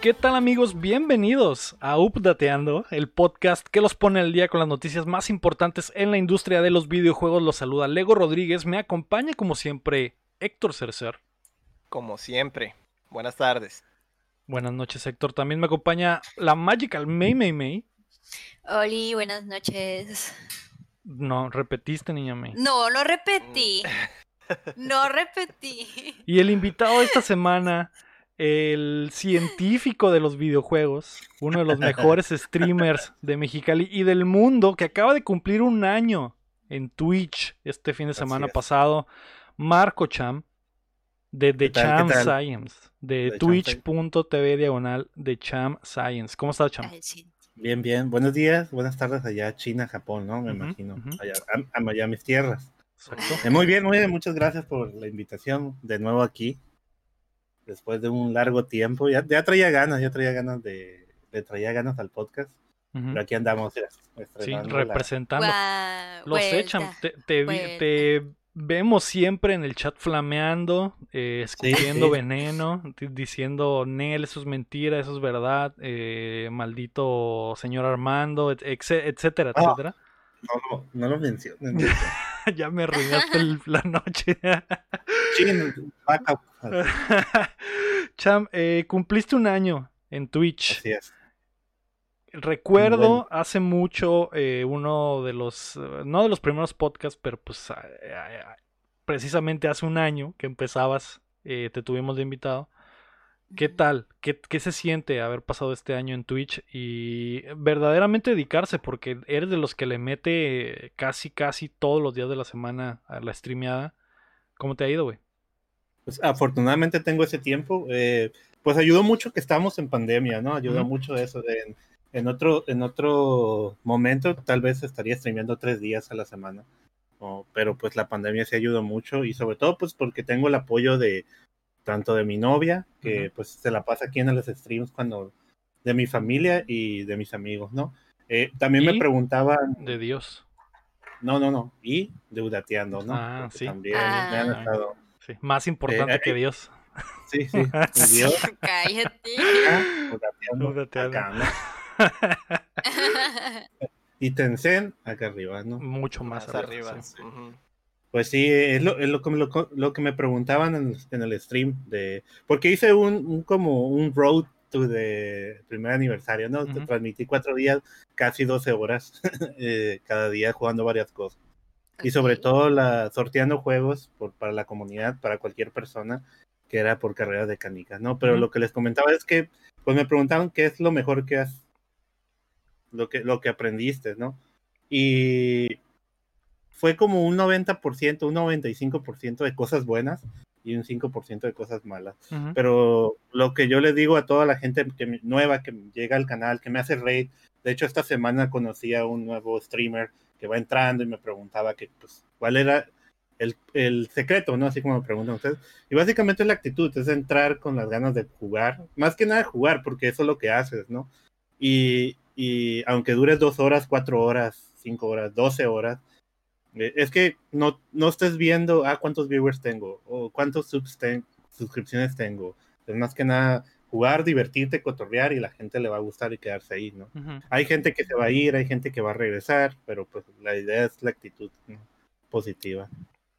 ¿Qué tal, amigos? Bienvenidos a Updateando, el podcast que los pone al día con las noticias más importantes en la industria de los videojuegos. Los saluda Lego Rodríguez, me acompaña como siempre Héctor Cercer. Como siempre, buenas tardes. Buenas noches, Héctor. También me acompaña la Magical May. Oli, buenas noches. No, repetiste, niña May. No, no repetí. No repetí. Y el invitado de esta semana, el científico de los videojuegos, uno de los mejores streamers de Mexicali y del mundo, que acaba de cumplir un año en Twitch este fin de semana pasado, Marco Cham, de The Cham Science, de twitch.tv/The Cham Science. ¿Cómo estás, Cham? Bien, bien. Buenos días, buenas tardes allá a China, Japón, ¿no? Me imagino. Allá, a mis tierras. Exacto. Muy bien, muchas gracias por la invitación de nuevo aquí. Después de un largo tiempo, ya traía ganas al podcast. Pero aquí andamos. Sí, representando. Los vuelta, echan. Te vemos siempre en el chat flameando, escupiendo veneno, diciendo, Nel, eso es mentira, eso es verdad, maldito señor Armando, etcétera, etcétera. No lo mencionen. Ya me arruinaste la noche. Cham, cumpliste un año en Twitch. Así es. Recuerdo hace mucho uno de los, no de los primeros podcasts, pero pues precisamente hace un año que empezabas, te tuvimos de invitado. ¿Qué tal? ¿Qué se siente haber pasado este año en Twitch y verdaderamente dedicarse? Porque eres de los que le mete casi todos los días de la semana a la streameada. ¿Cómo te ha ido, güey? Pues afortunadamente tengo ese tiempo. Pues ayudó mucho que estamos en pandemia, ¿no? Ayudó mucho eso. En otro momento tal vez estaría streameando 3 días a la semana. Pero pues la pandemia sí ayudó mucho y sobre todo pues porque tengo el apoyo de tanto de mi novia, que pues se la pasa aquí en los streams de mi familia y de mis amigos, ¿no? También me preguntaban... De Dios. No, y de Updateando, ¿no? Ah, porque sí. También me han estado... Sí, más importante que Dios. Sí, Dios. Cállate. Updateando acá, ¿no? Y Tencent acá arriba, ¿no? Mucho más arriba. Sí. Pues sí, es lo que me preguntaban en el stream porque hice como un road to the primer aniversario, ¿no? Transmití 4 días, casi 12 horas cada día jugando varias cosas. Y sobre todo sorteando juegos para la comunidad, para cualquier persona, que era por carreras de canicas, ¿no? Pero lo que les comentaba es que pues me preguntaban qué es lo mejor que has lo que aprendiste, ¿no? Y fue como un 90%, un 95% de cosas buenas y un 5% de cosas malas. Pero lo que yo les digo a toda la gente nueva que llega al canal, que me hace raid, de hecho esta semana conocí a un nuevo streamer que va entrando y me preguntaba que, pues, cuál era el secreto, ¿no? Así como me preguntan ustedes. Y básicamente es la actitud, es entrar con las ganas de jugar, más que nada jugar, porque eso es lo que haces, ¿no? Y aunque dures 2 horas, 4 horas, 5 horas, 12 horas, es que no estés viendo cuántos viewers tengo o cuántos suscripciones tengo. Es más que nada jugar, divertirte, cotorrear y la gente le va a gustar y quedarse ahí, ¿no? Hay gente que se va a ir, hay gente que va a regresar, pero pues la idea es la actitud, ¿no? Positiva.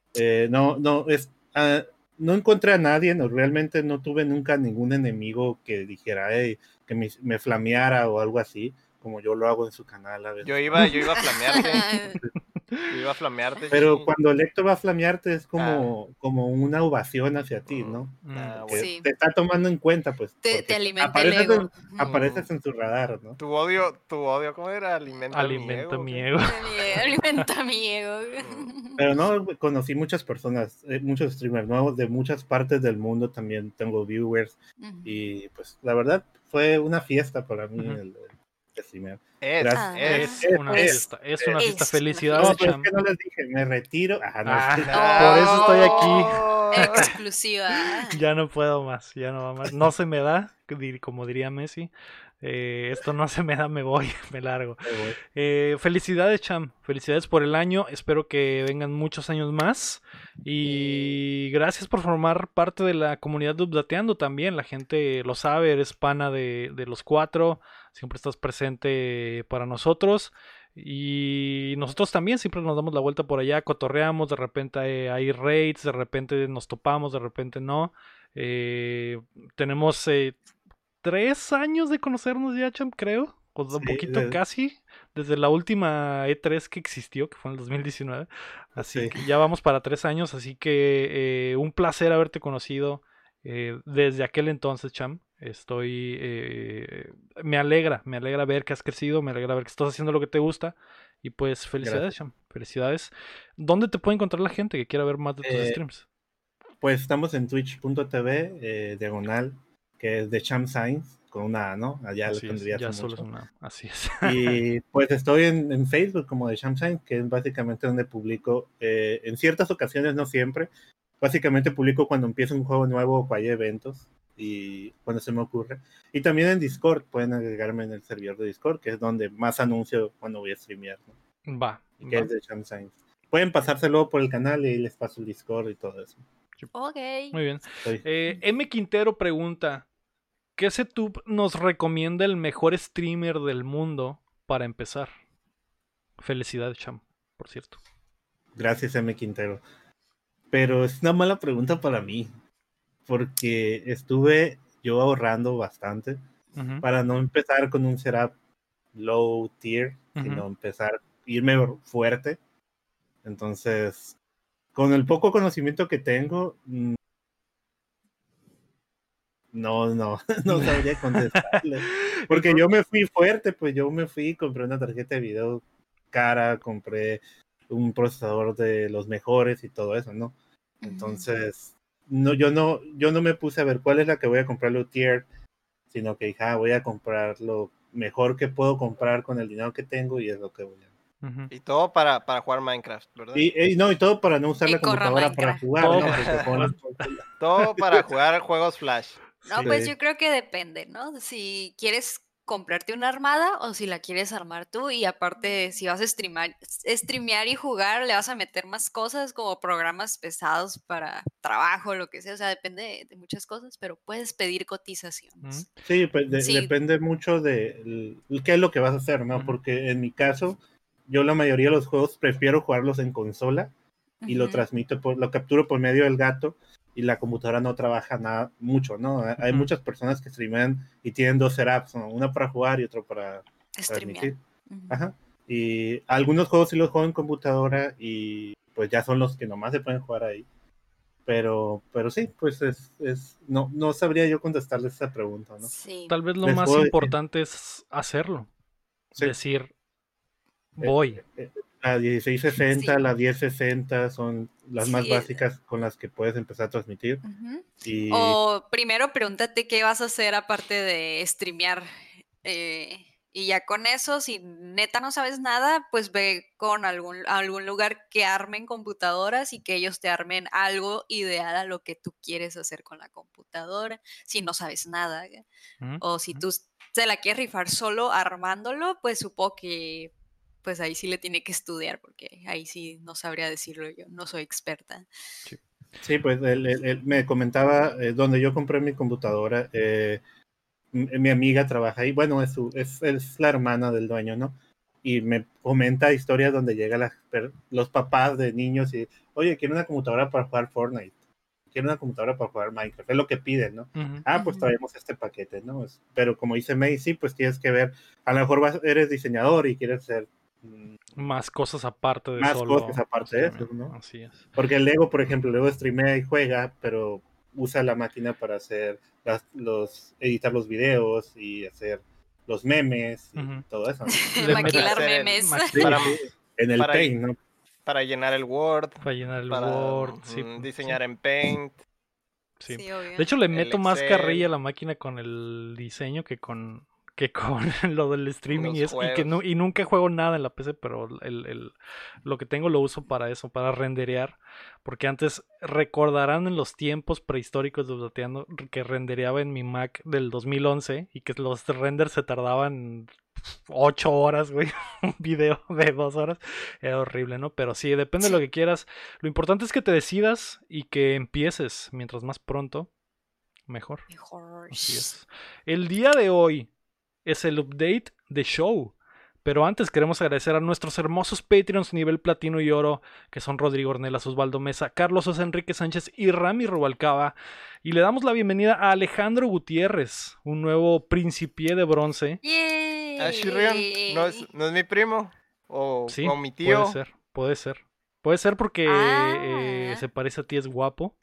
No encontré a nadie, realmente no tuve nunca ningún enemigo que dijera, que me flameara o algo así, como yo lo hago en su canal a veces. Yo iba a flamearte. Pero cuando el Héctor va a flamearte es como una ovación hacia ti, ¿no? Sí. Te está tomando en cuenta, pues. Te alimenta el ego. Apareces en su radar, ¿no? Tu odio, ¿cómo era? Alimenta mi ego. Alimenta mi ego. Pero no, conocí muchas personas, muchos streamers nuevos de muchas partes del mundo, también tengo viewers y pues la verdad fue una fiesta para mí streamear. Es una fiesta. Es una fiesta. Es Felicidades, No, pero es Cham. que no les dije, me retiro. Ajá, no, Por eso estoy aquí. Exclusiva. Ya no puedo más, ya no va más. No se me da, como diría Messi. Esto no se me da, me voy, me largo. Felicidades, Cham. Felicidades por el año. Espero que vengan muchos años más. Y gracias por formar parte de la comunidad de Updateando también. La gente lo sabe, eres pana de los 4. Siempre estás presente para nosotros. Y nosotros también siempre nos damos la vuelta por allá, cotorreamos, de repente hay raids, de repente nos topamos, de repente no. Tenemos 3 años de conocernos ya, Champ, creo. O un poquito casi. Desde la última E3 que existió, que fue en el 2019. Así que ya vamos para 3 años. Así que un placer haberte conocido desde aquel entonces, Cham. Me alegra ver que has crecido, me alegra ver que estás haciendo lo que te gusta. Y pues felicidades, Cham. Felicidades. ¿Dónde te puede encontrar la gente que quiera ver más de tus streams? Pues estamos en twitch.tv, diagonal, que es de Cham Science, con una A, ¿no? Allá lo tendría ya hace solo mucho. es una. Así es. Y pues estoy en Facebook como de Cham Science, que es básicamente donde publico, en ciertas ocasiones, no siempre, básicamente publico cuando empieza un juego nuevo o hay eventos, y cuando se me ocurre. Y también en Discord, pueden agregarme en el servidor de Discord, que es donde más anuncio cuando voy a streamear, ¿no? Va. Que es de Cham Science. Pueden pasárselo por el canal y les paso el Discord y todo eso. Ok. Muy bien. M. Quintero pregunta: ¿qué setup nos recomienda el mejor streamer del mundo para empezar? Felicidades, Cham, por cierto. Gracias, M. Quintero. Pero es una mala pregunta para mí, porque estuve yo ahorrando bastante para no empezar con un setup low tier, sino irme fuerte. Entonces, con el poco conocimiento que tengo, no sabría contestarle. Porque yo me fui fuerte, pues compré una tarjeta de video cara, compré un procesador de los mejores y todo eso, ¿no? Entonces, yo no me puse a ver cuál es la que voy a comprar low tier, sino que dije, voy a comprar lo mejor que puedo comprar con el dinero que tengo y es lo que voy a. Y todo para jugar Minecraft, ¿verdad? Y todo para no usar la computadora para jugar, todo, ¿no? Todo para jugar juegos Flash. No, pues yo creo que depende, ¿no? Si quieres comprarte una armada o si la quieres armar tú, y aparte si vas a streamear y jugar, le vas a meter más cosas como programas pesados para trabajo, lo que sea, o sea, depende de muchas cosas, pero puedes pedir cotizaciones. Sí, pues depende mucho de qué es lo que vas a hacer, ¿no? Porque en mi caso, yo la mayoría de los juegos prefiero jugarlos en consola y lo capturo por medio del gato, y la computadora no trabaja nada mucho, ¿no? Hay muchas personas que streamean y tienen 2 setups, ¿no? Una para jugar y otro para transmitir. Ajá. Y algunos juegos sí los juego en computadora y pues ya son los que nomás se pueden jugar ahí. Pero sí, pues no sabría yo contestarles esa pregunta, ¿no? Sí. Tal vez lo más importante es hacerlo. Sí. Decir, voy. La 1660, la 1060 son las más básicas con las que puedes empezar a transmitir. O primero pregúntate qué vas a hacer aparte de streamear. Y ya con eso, si neta no sabes nada, pues ve con algún lugar que armen computadoras y que ellos te armen algo ideal a lo que tú quieres hacer con la computadora, si no sabes nada. O si tú se la quieres rifar solo armándolo, pues supongo que pues ahí sí le tiene que estudiar, porque ahí sí no sabría decirlo yo, no soy experta. Sí, pues él me comentaba donde yo compré mi computadora, mi amiga trabaja ahí, bueno, es la hermana del dueño, ¿no? Y me comenta historias donde llegan los papás de niños y, oye, quiero una computadora para jugar Fortnite, quiero una computadora para jugar Minecraft, es lo que piden, ¿no? Pues traemos este paquete, ¿no? Pero como dice May, sí, pues tienes que ver, a lo mejor eres diseñador y quieres ser más cosas aparte de más cosas aparte de eso, ¿no? Así es. Porque el Lego, por ejemplo, luego streamea y juega, pero usa la máquina para hacer editar los videos y hacer los memes y todo eso, ¿no? Maquilar memes. En el Paint, ¿no? Para llenar el Word. Para llenar el Word, sí. Diseñar en Paint. Sí. De hecho, le meto más carrilla a la máquina con el diseño que con que con lo del streaming Los y que juegos. y nunca juego nada en la PC, pero lo que tengo lo uso para eso, para renderear, porque antes recordarán en los tiempos prehistóricos de Updateando que rendereaba en mi Mac del 2011 y que los renders se tardaban 8 horas, güey, un video de 2 horas, era horrible, ¿no? Pero sí, depende de lo que quieras, lo importante es que te decidas y que empieces, mientras más pronto, mejor. Mejor. Así es. El día de hoy es el update de show. Pero antes queremos agradecer a nuestros hermosos Patreons nivel platino y oro, que son Rodrigo Ornelas, Osvaldo Mesa, Carlos José Enrique Sánchez y Rami Rubalcaba. Y le damos la bienvenida a Alejandro Gutiérrez, un nuevo principié de bronce. ¡Yay! Shirrion, ¿no es mi primo? Sí, o mi tío. puede ser. Puede ser porque se parece a ti, es guapo.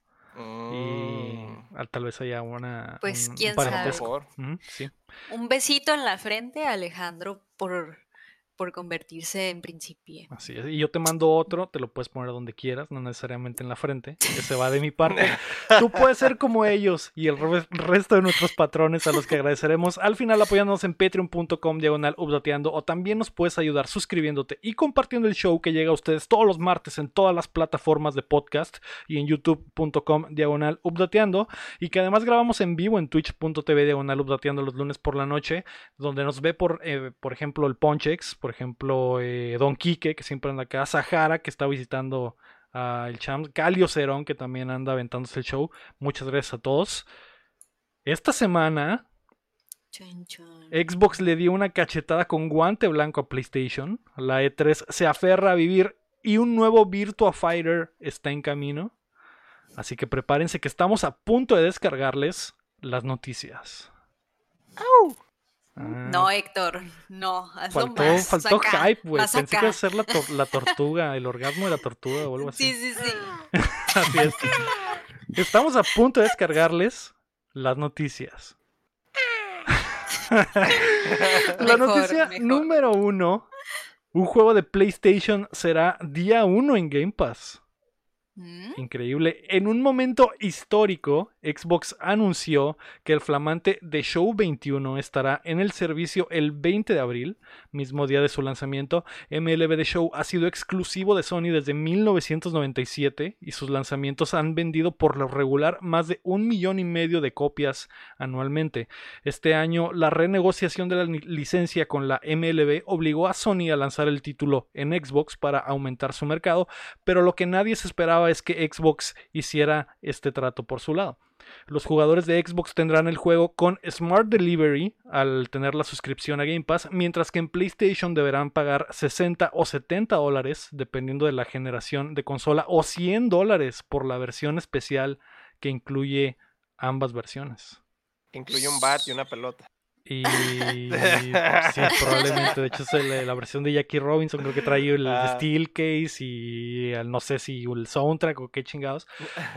Y tal vez haya Pues un quién parentesco. sabe. Sí. Un besito en la frente a Alejandro por convertirse en principié. Así es. Y yo te mando otro, te lo puedes poner donde quieras, no necesariamente en la frente, que se va de mi parte. Tú puedes ser como ellos y el resto de nuestros patrones a los que agradeceremos al final apoyándonos en patreon.com/updateando, o también nos puedes ayudar suscribiéndote y compartiendo el show que llega a ustedes todos los martes en todas las plataformas de podcast y en youtube.com/updateando, y que además grabamos en vivo en twitch.tv/updateando los lunes por la noche, donde nos ve por ejemplo el Ponchex, por ejemplo Don Quique, que siempre anda acá, Sahara, que está visitando el Champs, Calio Cerón, que también anda aventándose el show. Muchas gracias a todos. Esta semana Chun, chun. Xbox le dio una cachetada con guante blanco a PlayStation. La E3 se aferra a vivir y un nuevo Virtua Fighter está en camino. Así que prepárense que estamos a punto de descargarles las noticias. ¡Au! No, Héctor, no. Hazlo más Faltó acá, hype, güey. más Pensé acá. que iba a ser la tortuga, el orgasmo de la tortuga o algo así. Sí. Así es. Estamos a punto de descargarles las noticias. La noticia mejor. número 1. Un juego de PlayStation será día 1 en Game Pass. Increíble. En un momento histórico, Xbox anunció que el flamante The Show 21 estará en el servicio el 20 de abril, mismo día de su lanzamiento. MLB The Show ha sido exclusivo de Sony desde 1997 y sus lanzamientos han vendido por lo regular más de 1,5 millones de copias anualmente. Este año, la renegociación de la licencia con la MLB obligó a Sony a lanzar el título en Xbox para aumentar su mercado, pero lo que nadie se esperaba es que Xbox hiciera este trato por su lado. Los jugadores de Xbox tendrán el juego con Smart Delivery al tener la suscripción a Game Pass, mientras que en PlayStation deberán pagar $60 o $70 dependiendo de la generación de consola, o $100 por la versión especial que incluye ambas versiones. Incluye un bat y una pelota. Y sí, probablemente. De hecho, es la versión de Jackie Robinson. Creo que trae el Steel Case y no sé si el soundtrack o qué chingados.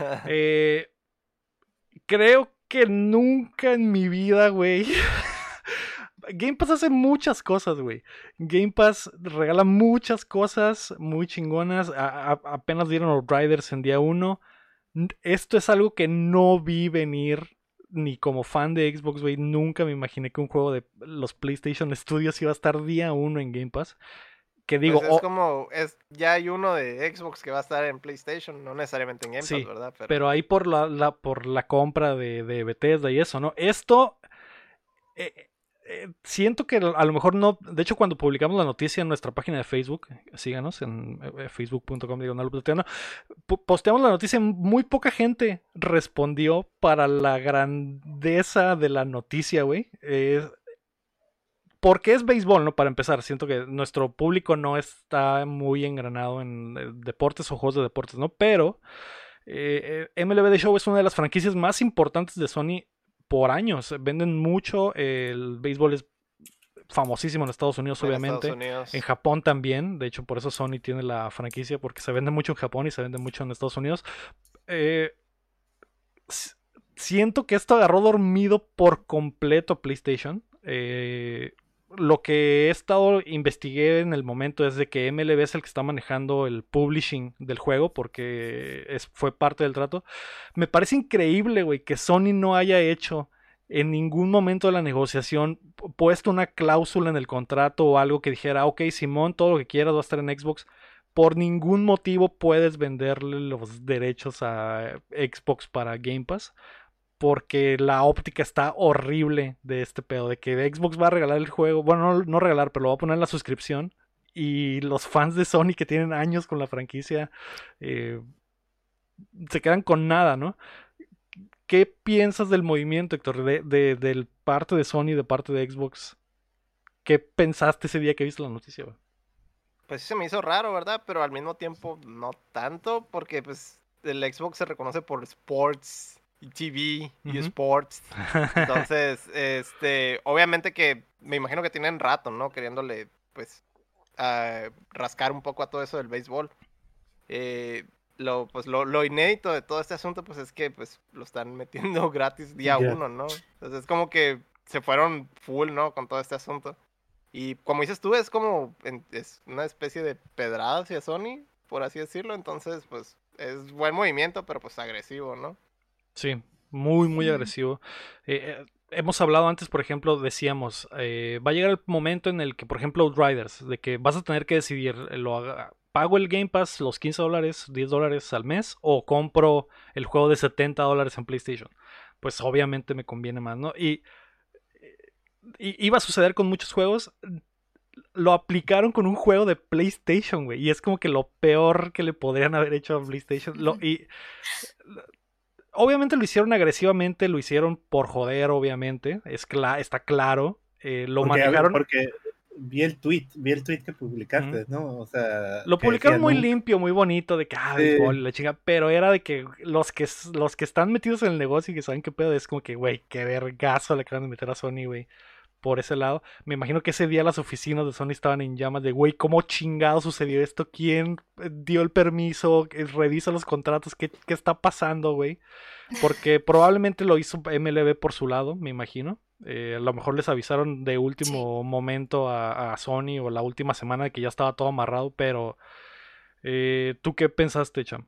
Creo que nunca en mi vida, güey. Game Pass hace muchas cosas, güey. Game Pass regala muchas cosas muy chingonas. Apenas dieron Outriders en día 1. Esto es algo que no vi venir. Ni como fan de Xbox, güey, nunca me imaginé que un juego de los PlayStation Studios iba a estar día 1 en Game Pass. Que digo, pues ya hay uno de Xbox que va a estar en PlayStation, no necesariamente en Game Pass, sí, ¿verdad? Pero ahí por la compra de Bethesda y eso, ¿no? Esto siento que a lo mejor no. De hecho, cuando publicamos la noticia en nuestra página de Facebook, síganos en facebook.com/updateando, posteamos la noticia, muy poca gente respondió para la grandeza de la noticia, güey. Porque es béisbol, ¿no? Para empezar, siento que nuestro público no está muy engranado en deportes o juegos de deportes, ¿no? Pero MLB The Show es una de las franquicias más importantes de Sony por años. Venden mucho, el béisbol es famosísimo en Estados Unidos, obviamente. En Japón también, de hecho por eso Sony tiene la franquicia, porque se vende mucho en Japón y se vende mucho en Estados Unidos. Siento que esto agarró dormido por completo PlayStation. Lo que investigué en el momento es de que MLB es el que está manejando el publishing del juego, porque fue parte del trato. Me parece increíble, güey, que Sony no haya hecho en ningún momento de la negociación puesto una cláusula en el contrato o algo que dijera, ok, Simón, todo lo que quieras va a estar en Xbox. Por ningún motivo puedes venderle los derechos a Xbox para Game Pass. Porque la óptica está horrible de este pedo. De que Xbox va a regalar el juego. Bueno, no regalar, pero lo va a poner en la suscripción. Y los fans de Sony que tienen años con la franquicia se quedan con nada, ¿no? ¿Qué piensas del movimiento, Héctor? Del parte de Sony, de parte de Xbox. ¿Qué pensaste ese día que viste la noticia, güey? Pues sí se me hizo raro, ¿verdad? Pero al mismo tiempo no tanto, porque pues el Xbox se reconoce por sports y TV y Ujú. sports. Entonces, obviamente que me imagino que tienen rato, ¿no? Queriéndole, pues, rascar un poco a todo eso del béisbol. Lo inédito de todo este asunto, pues es que pues lo están metiendo gratis día Ya. uno, ¿no? Entonces es como que se fueron full, ¿no? Con todo este asunto. Y como dices tú, es como, es una especie de pedrada hacia Sony, por así decirlo. Entonces, pues es buen movimiento, pero pues agresivo, ¿no? Sí, muy, muy Mm. agresivo. Hemos hablado antes, por ejemplo, decíamos, va a llegar el momento en el que, por ejemplo, Outriders, de que vas a tener que decidir, pago el Game Pass los $15, $10 al mes, o compro el juego de $70 en PlayStation. Pues obviamente me conviene más, ¿no? Y iba a suceder con muchos juegos. Lo aplicaron con un juego de PlayStation, güey. Y es como que lo peor que le podrían haber hecho a PlayStation. Obviamente lo hicieron agresivamente, lo hicieron por joder, obviamente. Está claro. Lo manejaron. Porque vi el tweet que Ujú. publicaste, ¿no? O sea, Lo que decía publicaron muy nunca. limpio, muy bonito, de que, béisbol y la chinga, pero era de que los que están metidos en el negocio y que saben qué pedo, es como que, güey, qué vergazo le acaban de meter a Sony, güey, por ese lado. Me imagino que ese día las oficinas de Sony estaban en llamas de, güey, ¿cómo chingado sucedió esto? ¿Quién dio el permiso? Revisa los contratos, ¿qué está pasando, güey? Porque probablemente lo hizo MLB por su lado, me imagino. A lo mejor les avisaron de Sí. último momento a Sony o la última semana de que ya estaba todo amarrado, pero ¿tú qué pensaste, Cham?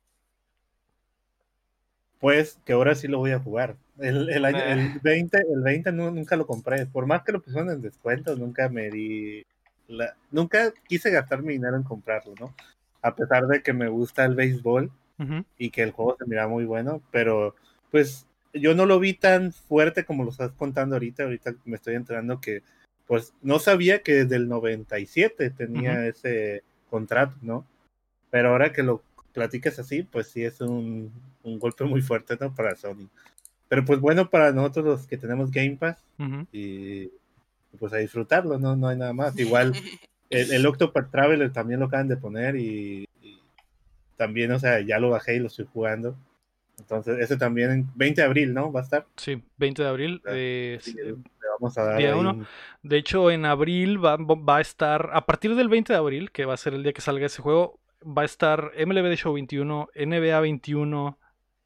Pues que ahora sí lo voy a jugar. Meh. El 20 nunca lo compré. Por más que lo pusieron en descuentos, nunca me di. Nunca quise gastar mi dinero en comprarlo, ¿no? A pesar de que me gusta el béisbol Ujú. y que el juego se mira muy bueno, pero pues yo no lo vi tan fuerte como lo estás contando ahorita. Ahorita me estoy enterando que, pues no sabía que desde el 97 tenía Ujú. ese contrato, ¿no? Pero ahora que lo platicas así, pues sí es un golpe muy fuerte, ¿no? Para Sony. Pero pues bueno, para nosotros los que tenemos Game Pass Ujú. y pues a disfrutarlo, ¿no? No hay nada más. Igual el Octopath Traveler también lo acaban de poner y también, o sea, ya lo bajé y lo estoy jugando. Entonces, ese también en 20 de abril, ¿no? Va a estar. Sí, 20 de abril, Sí, le vamos a dar día ahí 1. De hecho, en abril va a estar, a partir del 20 de abril, que va a ser el día que salga ese juego, va a estar MLB The Show 21, NBA 21,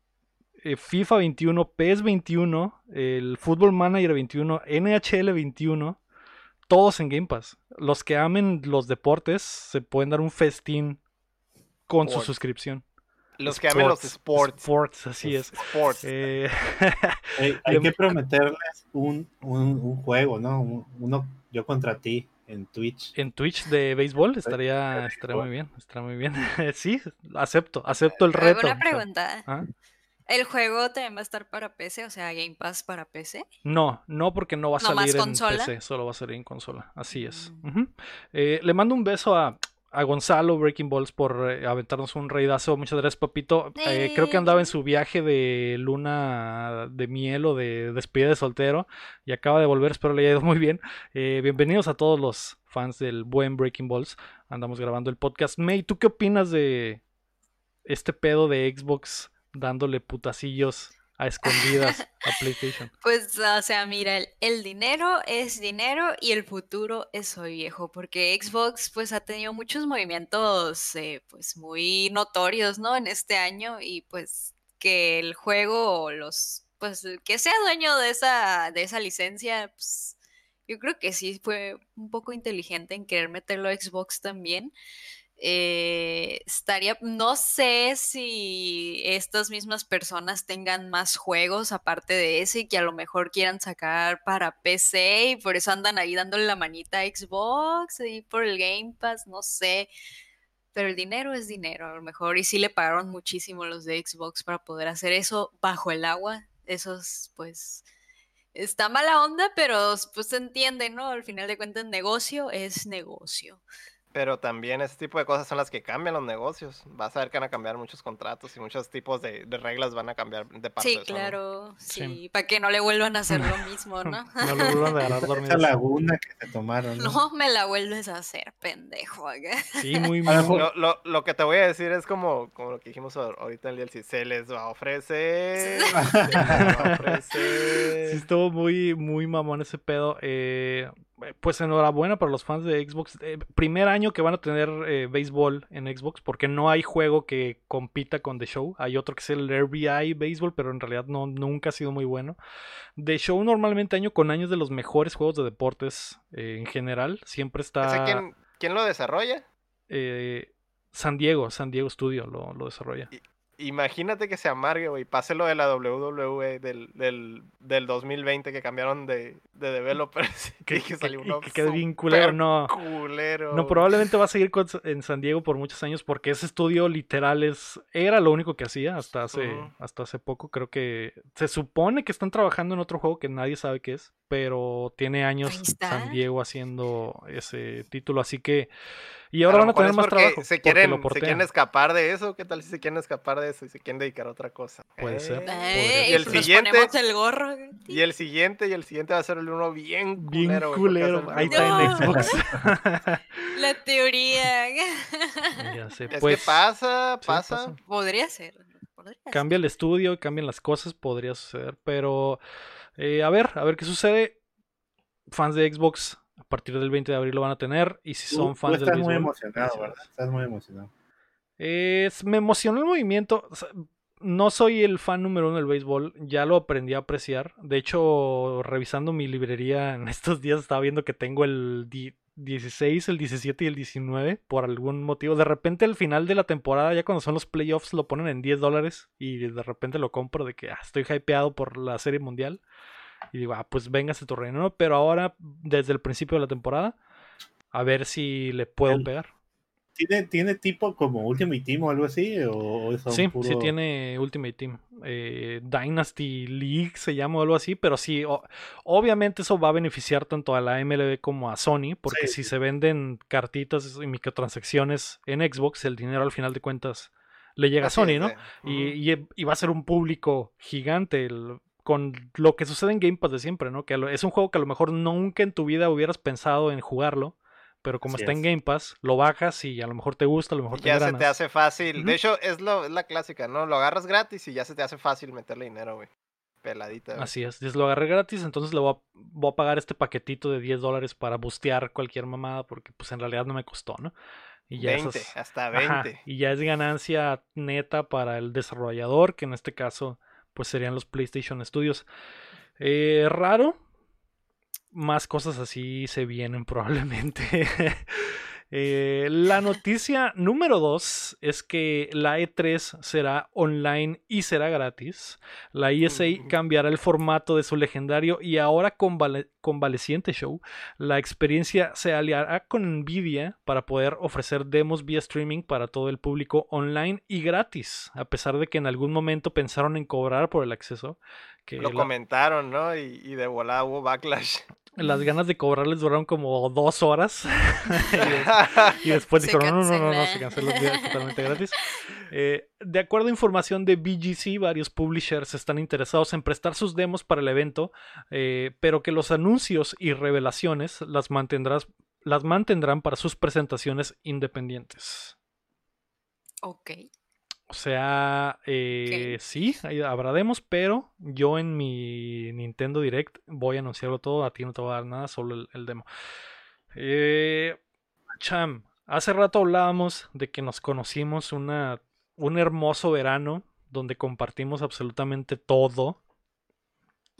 FIFA 21, PES 21, el Football Manager 21, NHL 21, todos en Game Pass. Los que amen los deportes se pueden dar un festín con su Sports. suscripción. Los que amen los sports. Sports, así es. Sports. Eh, Hay que prometerles un juego, ¿no? Uno yo contra ti en Twitch. en Twitch de béisbol estaría muy bien, estaría muy bien. Sí, acepto el Hago reto. una pregunta. ¿Ah? ¿El juego también va a estar para PC? O sea, Game Pass para PC. No, porque no va a ¿No más salir en consola? PC, solo va a salir en consola. Así es. Mm. Ujú. Le mando un beso a Gonzalo Breaking Balls por aventarnos un reidazo. Muchas gracias, papito. Creo que andaba en su viaje de luna de miel o de despedida de soltero y acaba de volver. Espero le haya ido muy bien. Bienvenidos a todos los fans del buen Breaking Balls. Andamos grabando el podcast. May, ¿tú qué opinas de este pedo de Xbox dándole putacillos a escondidas a PlayStation? Pues, o sea, mira, el dinero es dinero y el futuro es hoy viejo, porque Xbox pues ha tenido muchos movimientos pues muy notorios, ¿no? En este año y pues que el juego o pues que sea dueño de esa licencia, pues yo creo que sí fue un poco inteligente en querer meterlo a Xbox también. no sé si estas mismas personas tengan más juegos aparte de ese y que a lo mejor quieran sacar para PC y por eso andan ahí dándole la manita a Xbox y por el Game Pass, no sé. Pero el dinero es dinero, a lo mejor, y sí le pagaron muchísimo los de Xbox para poder hacer eso bajo el agua. Eso es, pues, está mala onda, pero pues se entiende, ¿no? Al final de cuentas, negocio es negocio. Pero también ese tipo de cosas son las que cambian los negocios. Vas a ver que van a cambiar muchos contratos y muchos tipos de reglas van a cambiar de parte Sí, de eso, claro, ¿no? sí, para que no le vuelvan a hacer lo mismo, ¿no? No lo vuelvan a agarrar Esa dormidos. laguna que se tomaron, ¿no? No me la vuelves a hacer, pendejo. Sí, muy, A lo muy. mejor- Lo que te voy a decir es como lo que dijimos ahorita en el DLC. Se les va a ofrecer. Se les va a ofrecer. Sí, estuvo muy, muy mamón ese pedo. Pues enhorabuena para los fans de Xbox. Primer año que van a tener béisbol en Xbox, porque no hay juego que compita con The Show. Hay otro que es el RBI Béisbol, pero en realidad nunca ha sido muy bueno. The Show normalmente año con año es de los mejores juegos de deportes en general. Siempre ¿Ese está quién lo desarrolla? San Diego Studio lo desarrolla. Imagínate que se amargue, güey. Pase lo de la WWE del 2020 que cambiaron de developers. Que salió uno quede bien culero, súper no. culero. No, probablemente va a seguir en San Diego por muchos años porque ese estudio literal era lo único que hacía hasta hace poco. Creo que se supone que están trabajando en otro juego que nadie sabe qué es, pero tiene años San Diego haciendo ese título, así que... Y ahora van a tener más trabajo. Se quieren escapar de eso. ¿Qué tal si se quieren escapar de eso y se quieren dedicar a otra cosa? Puede ser. Y el siguiente. Ponemos el gorro. Y el siguiente va a ser uno bien culero. Bien culero. Ahí está en Xbox. La teoría. Ya sé, es pues, que pasa. Podría ser. Cambia el estudio, cambian las cosas, podría suceder. Pero a ver qué sucede. Fans de Xbox a partir del 20 de abril lo van a tener. Y si son fans del béisbol... Estás muy emocionado, ¿verdad? Estás muy emocionado. Me emocionó el movimiento. O sea, no soy el fan número uno del béisbol. Ya lo aprendí a apreciar. De hecho, revisando mi librería en estos días, estaba viendo que tengo el 16, el 17 y el 19. Por algún motivo. De repente, al final de la temporada, ya cuando son los playoffs, lo ponen en $10. Y de repente lo compro de que estoy hypeado por la Serie Mundial. Y digo, pues véngase tu reino, ¿no? Pero ahora, desde el principio de la temporada, a ver si le puedo pegar. ¿Tiene tipo como Ultimate Team o algo así? Sí tiene Ultimate Team. Dynasty League se llama o algo así, pero sí, obviamente eso va a beneficiar tanto a la MLB como a Sony, porque si se venden cartitas y microtransacciones en Xbox, el dinero al final de cuentas le llega a Sony, ¿no? Y va a ser un público gigante con lo que sucede en Game Pass de siempre, ¿no? Que es un juego que a lo mejor nunca en tu vida hubieras pensado en jugarlo, pero como está en Game Pass, lo bajas y a lo mejor te gusta, a lo mejor te engranas. Ya se te hace fácil. De hecho, es la clásica, ¿no? Lo agarras gratis y ya se te hace fácil meterle dinero, güey. Peladita, güey. Así es. Lo agarré gratis, entonces le voy a pagar este paquetito de $10 para bustear cualquier mamada, porque pues en realidad no me costó, ¿no? Y ya 20, hasta 20. Ajá, y ya es ganancia neta para el desarrollador, que en este caso pues serían los PlayStation Studios. Raro. Más cosas así se vienen probablemente. La noticia número 2 es que la E3 será online y será gratis. La ESA cambiará el formato de su legendario y ahora convaleciente show. La experiencia se aliará con Nvidia para poder ofrecer demos vía streaming para todo el público online y gratis, a pesar de que en algún momento pensaron en cobrar por el acceso. Lo comentaron, ¿no? Y de volada hubo backlash. Las ganas de cobrarles duraron como 2 horas. y después dijeron, no, se canceló totalmente gratis. De acuerdo a información de VGC, varios publishers están interesados en prestar sus demos para el evento, pero que los anuncios y revelaciones las mantendrán para sus presentaciones independientes. Ok. O sea, sí, habrá demos, pero yo en mi Nintendo Direct voy a anunciarlo todo. A ti no te voy a dar nada, solo el demo. Cham, hace rato hablábamos de que nos conocimos un hermoso verano donde compartimos absolutamente todo.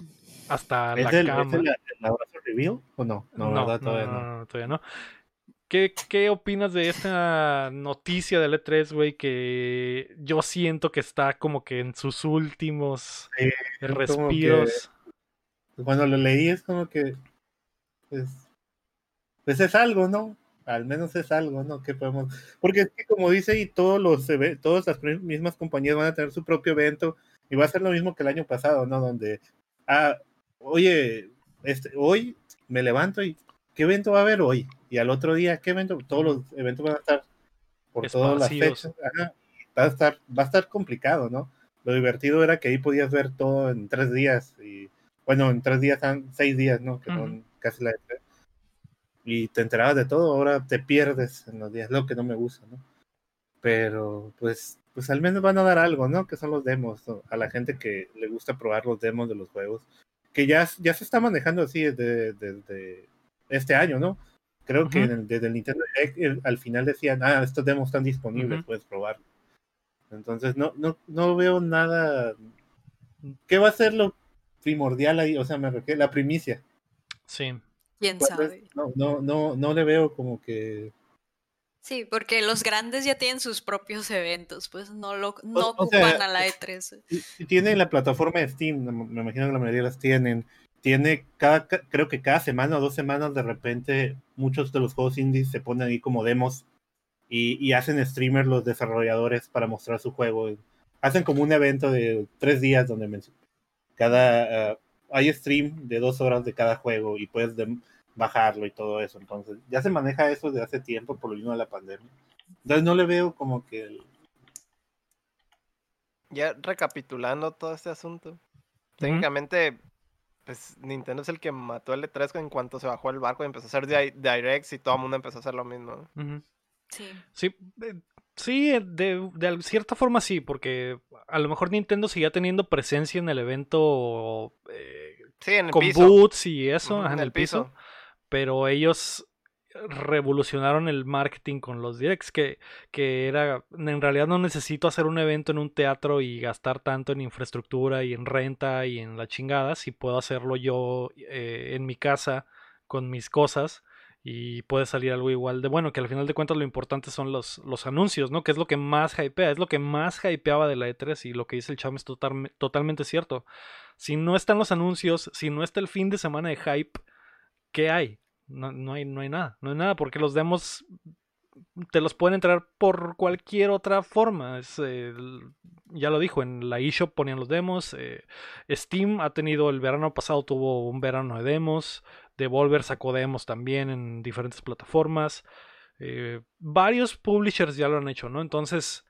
Hasta la cama. ¿Es el abrazo reveal o no? No, ¿verdad? Todavía no. Todavía no. ¿Qué opinas de esta noticia del E3, güey? Que yo siento que está como que en sus últimos Sí, como que respiros. cuando lo leí es como que, pues, pues es algo, ¿no? Al menos es algo, ¿no? Que podemos, porque es que como dice, y todas las mismas compañías van a tener su propio evento, y va a ser lo mismo que el año pasado, ¿no? Donde, oye, hoy me levanto y ¿qué evento va a haber hoy? Y al otro día, ¿qué evento? Todos los eventos van a estar por todas las Esparcidos. fechas. Ajá. Va a estar complicado, ¿no? Lo divertido era que ahí podías ver todo en 3 días, y bueno, en 3 días, 6 días, ¿no? Que son casi la E3. Y te enterabas de todo, ahora te pierdes en los días, lo que no me gusta, ¿no? Pero pues al menos van a dar algo, ¿no? Que son los demos, ¿no? A la gente que le gusta probar los demos de los juegos, que ya se está manejando así desde este año, ¿no? Creo que desde el Nintendo Direct al final decían, estos demos están disponibles, puedes probar. Entonces no veo nada. ¿Qué va a ser lo primordial ahí? O sea, me refiero la primicia. Sí. ¿Quién sabe? No le veo como que. Sí, porque los grandes ya tienen sus propios eventos, pues no O ocupan sea, a la E3. tiene la plataforma de Steam, me imagino que la mayoría las tienen. Tiene creo que cada semana o 2 semanas de repente muchos de los juegos indies se ponen ahí como demos y hacen streamers los desarrolladores para mostrar su juego. Hacen como un evento de 3 días donde hay stream de 2 horas de cada juego y puedes bajarlo y todo eso. Entonces ya se maneja eso desde hace tiempo por lo mismo de la pandemia. Entonces no le veo como que Ya recapitulando todo este asunto, técnicamente, pues Nintendo es el que mató el E3 en cuanto se bajó el barco y empezó a hacer directs y todo el mundo empezó a hacer lo mismo. Sí. Sí, de cierta forma sí, porque a lo mejor Nintendo seguía teniendo presencia en el evento Sí, en el con piso. boots y eso, En en el el piso, piso. pero ellos revolucionaron el marketing con los directs, que era, en realidad no necesito hacer un evento en un teatro y gastar tanto en infraestructura y en renta y en la chingada, si puedo hacerlo yo en mi casa con mis cosas y puede salir algo igual de bueno, que al final de cuentas lo importante son los anuncios, ¿no? Que es lo que más hypea, es lo que más hypeaba de la E3 y lo que dice el Cham es totalmente cierto. Si no están los anuncios, si no está el fin de semana de hype, ¿qué hay? No hay nada. No hay nada porque los demos te los pueden entrar por cualquier otra forma. Ya lo dijo, en la eShop ponían los demos. Steam ha tenido, el verano pasado tuvo un verano de demos. Devolver sacó demos también en diferentes plataformas. Varios publishers ya lo han hecho, ¿no? Entonces,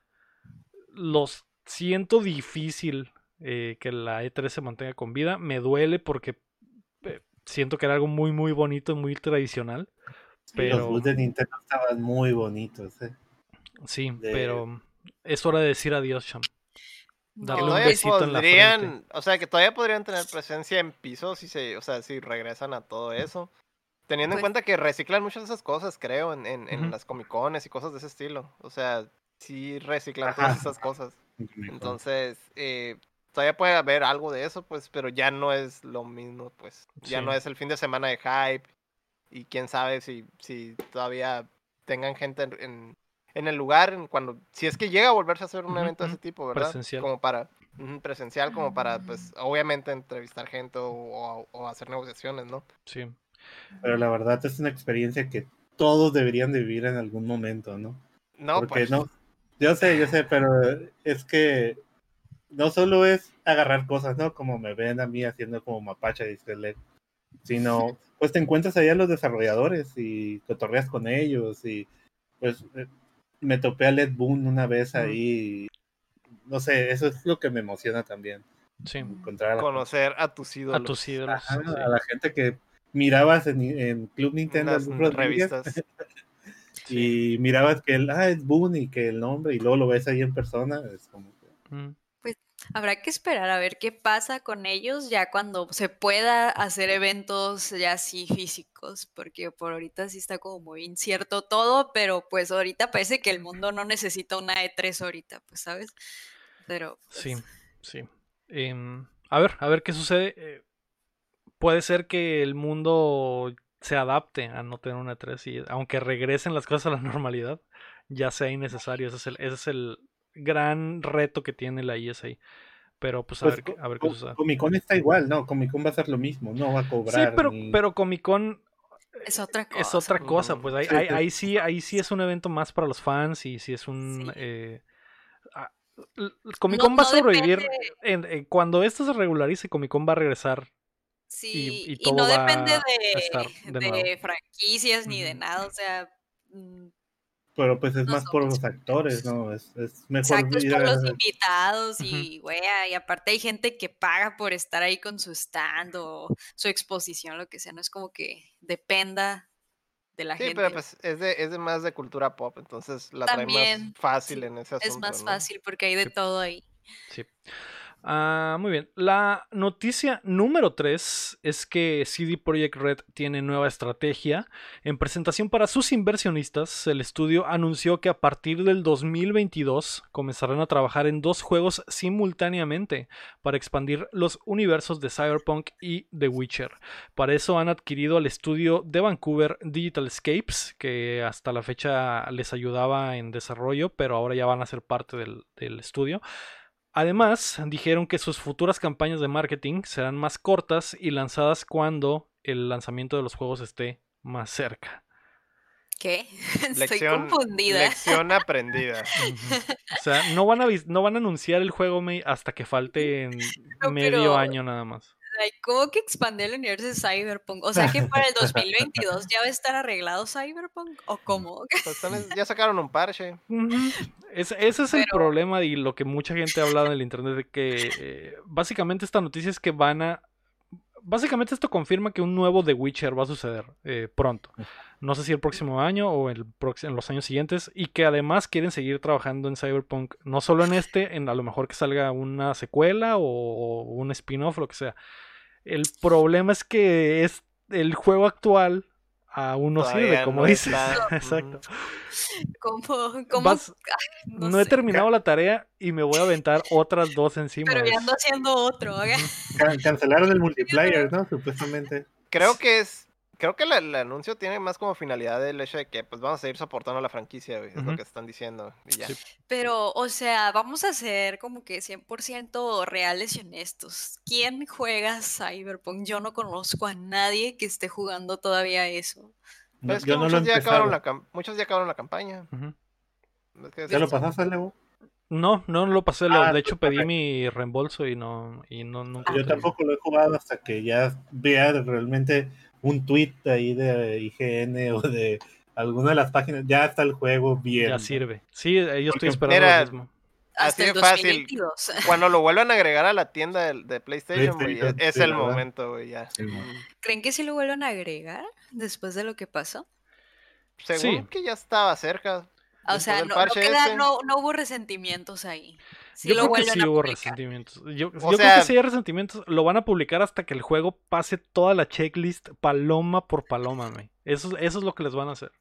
los siento difícil que la E3 se mantenga con vida. Me duele porque siento que era algo muy, muy bonito, muy tradicional. sí, los Pero boots de Nintendo estaban muy bonitos, sí, pero es hora de decir adiós, Cham. Que Darle un No, todavía besito en la frente. o sea, que todavía podrían tener presencia en piso o sea, si regresan a todo eso. Teniendo en pues cuenta que reciclan muchas de esas cosas, creo, en Ujú. las Comic-Cones y cosas de ese estilo. O sea, sí reciclan todas Ajá. esas cosas. Entonces, todavía puede haber algo de eso, pues, pero ya no es lo mismo, pues. Ya Sí. no es el fin de semana de hype. Y quién sabe si todavía tengan gente en el lugar, si es que llega a volverse a hacer un evento de ese tipo, ¿verdad? Presencial. Como para, presencial, como para, pues, obviamente entrevistar gente o hacer negociaciones, ¿no? Sí. Pero la verdad es una experiencia que todos deberían de vivir en algún momento, ¿no? No, Porque pues. no, yo sé, pero es que no solo es agarrar cosas, ¿no? Como me ven a mí haciendo como mapacha y Skelet, sino pues te encuentras allá los desarrolladores y cotorreas con ellos y pues me topé a Led Boon una vez ahí, no sé, eso es lo que me emociona también, Sí. encontrar Conocer a tus A ídolos. tus ídolos. ajá, Sí. a la gente que mirabas en Club Nintendo, Las algunas revistas. Sí. y mirabas que es Boon y que el nombre y luego lo ves ahí en persona, es como que pues habrá que esperar a ver qué pasa con ellos ya cuando se pueda hacer eventos ya así físicos, porque por ahorita sí está como muy incierto todo, pero pues ahorita parece que el mundo no necesita una E3 ahorita, pues, ¿sabes? Pero Sí. pues Sí. A ver qué sucede. Puede ser que el mundo se adapte a no tener una E3 y aunque regresen las cosas a la normalidad, ya sea innecesario. Ese es el gran reto que tiene la ESA. Pero pues Pues a ver qué sucede. Comic Con está igual, ¿no? Comic Con va a ser lo mismo, no va a Sí, cobrar. pero Comic Con Es otra es cosa. otra cosa. Pues Sí, ahí sí es un evento más para los fans y sí es un... Sí. Comic No, Con va a no sobrevivir. depende, Cuando esto se regularice, Comic Con va a regresar sí, y y todo no depende va a estar de nuevo. de franquicias ni de Ujú. nada, o sea, mm, pero pues es no más por somos los actores, ¿no? Es mejor exacto, es ir por a... los invitados Ujú. y, güey, y aparte hay gente que paga por estar ahí con su stand o su exposición, lo que sea, no es como que dependa de la Sí, pero gente. pues es de más de cultura pop, entonces la trae más También, fácil sí, en ese es asunto, más ¿no? fácil porque hay de Sí. todo ahí. Sí. Muy bien. La noticia número 3 es que CD Projekt Red tiene nueva estrategia. En presentación para sus inversionistas, el estudio anunció que a partir del 2022 comenzarán a trabajar en 2 juegos simultáneamente para expandir los universos de Cyberpunk y The Witcher. Para eso han adquirido al estudio de Vancouver Digital Escapes, que hasta la fecha les ayudaba en desarrollo, pero ahora ya van a ser parte del estudio. Además, dijeron que sus futuras campañas de marketing serán más cortas y lanzadas cuando el lanzamiento de los juegos esté más cerca. ¿Qué? Estoy confundida. Lección aprendida. O sea, no van a anunciar el juego hasta que falte No, medio pero año nada más. ¿cómo que expandir el universo de Cyberpunk? O sea que para el 2022 ya va a estar arreglado Cyberpunk o cómo? Pues ya sacaron un parche. Ujú. Ese es el Pero problema y lo que mucha gente ha hablado en el internet de que básicamente esta noticia es que básicamente esto confirma que un nuevo The Witcher va a suceder pronto. No sé si el próximo año o en los años siguientes. Y que además quieren seguir trabajando en Cyberpunk. No solo en a lo mejor que salga una secuela o un spin-off, lo que sea. El problema es que el juego actual aún no sirve, Todavía como no dices. está. Exacto. ¿Cómo? No No he sé, terminado la tarea y me voy a aventar otras 2 encima. pero ya ando haciendo otro. Cancelaron el multiplayer, ¿no? Supuestamente. Creo que el anuncio tiene más como finalidad el hecho de que pues vamos a seguir soportando la franquicia, güey, es lo Ujú. que están diciendo y ya. Sí. Pero, o sea, vamos a ser como que 100% reales y honestos. ¿Quién juega Cyberpunk? Yo no conozco a nadie que esté jugando todavía eso. No, Pero es que yo no lo he empezado. muchos ya acabaron la campaña. Ujú. Es que ¿Ya lo pasaste, Leo? No lo pasé. De hecho, pedí perfecto. mi reembolso y nunca lo Yo tuve. tampoco lo he jugado hasta que ya vea realmente un tweet ahí de IGN o de alguna de las páginas. Ya está el juego bien. Ya ¿no? sirve. Sí, yo estoy Porque, esperando mira, lo mismo. Hasta así el de fácil. 2022. Cuando lo vuelvan a agregar a la tienda de PlayStation, güey, PlayStation, es sí, el ¿verdad? momento, güey, ya. Sí, no. ¿Creen que sí lo vuelvan a agregar después de lo que pasó? Según Sí. que ya estaba cerca. O Después sea, del no parche ese. hubo resentimientos ahí. Sí Yo lo creo que vuelven sí a hubo publicar. resentimientos. Yo O creo sea- que si hay resentimientos, lo van a publicar hasta que el juego pase toda la checklist paloma por paloma, güey. Eso es lo que les van a hacer.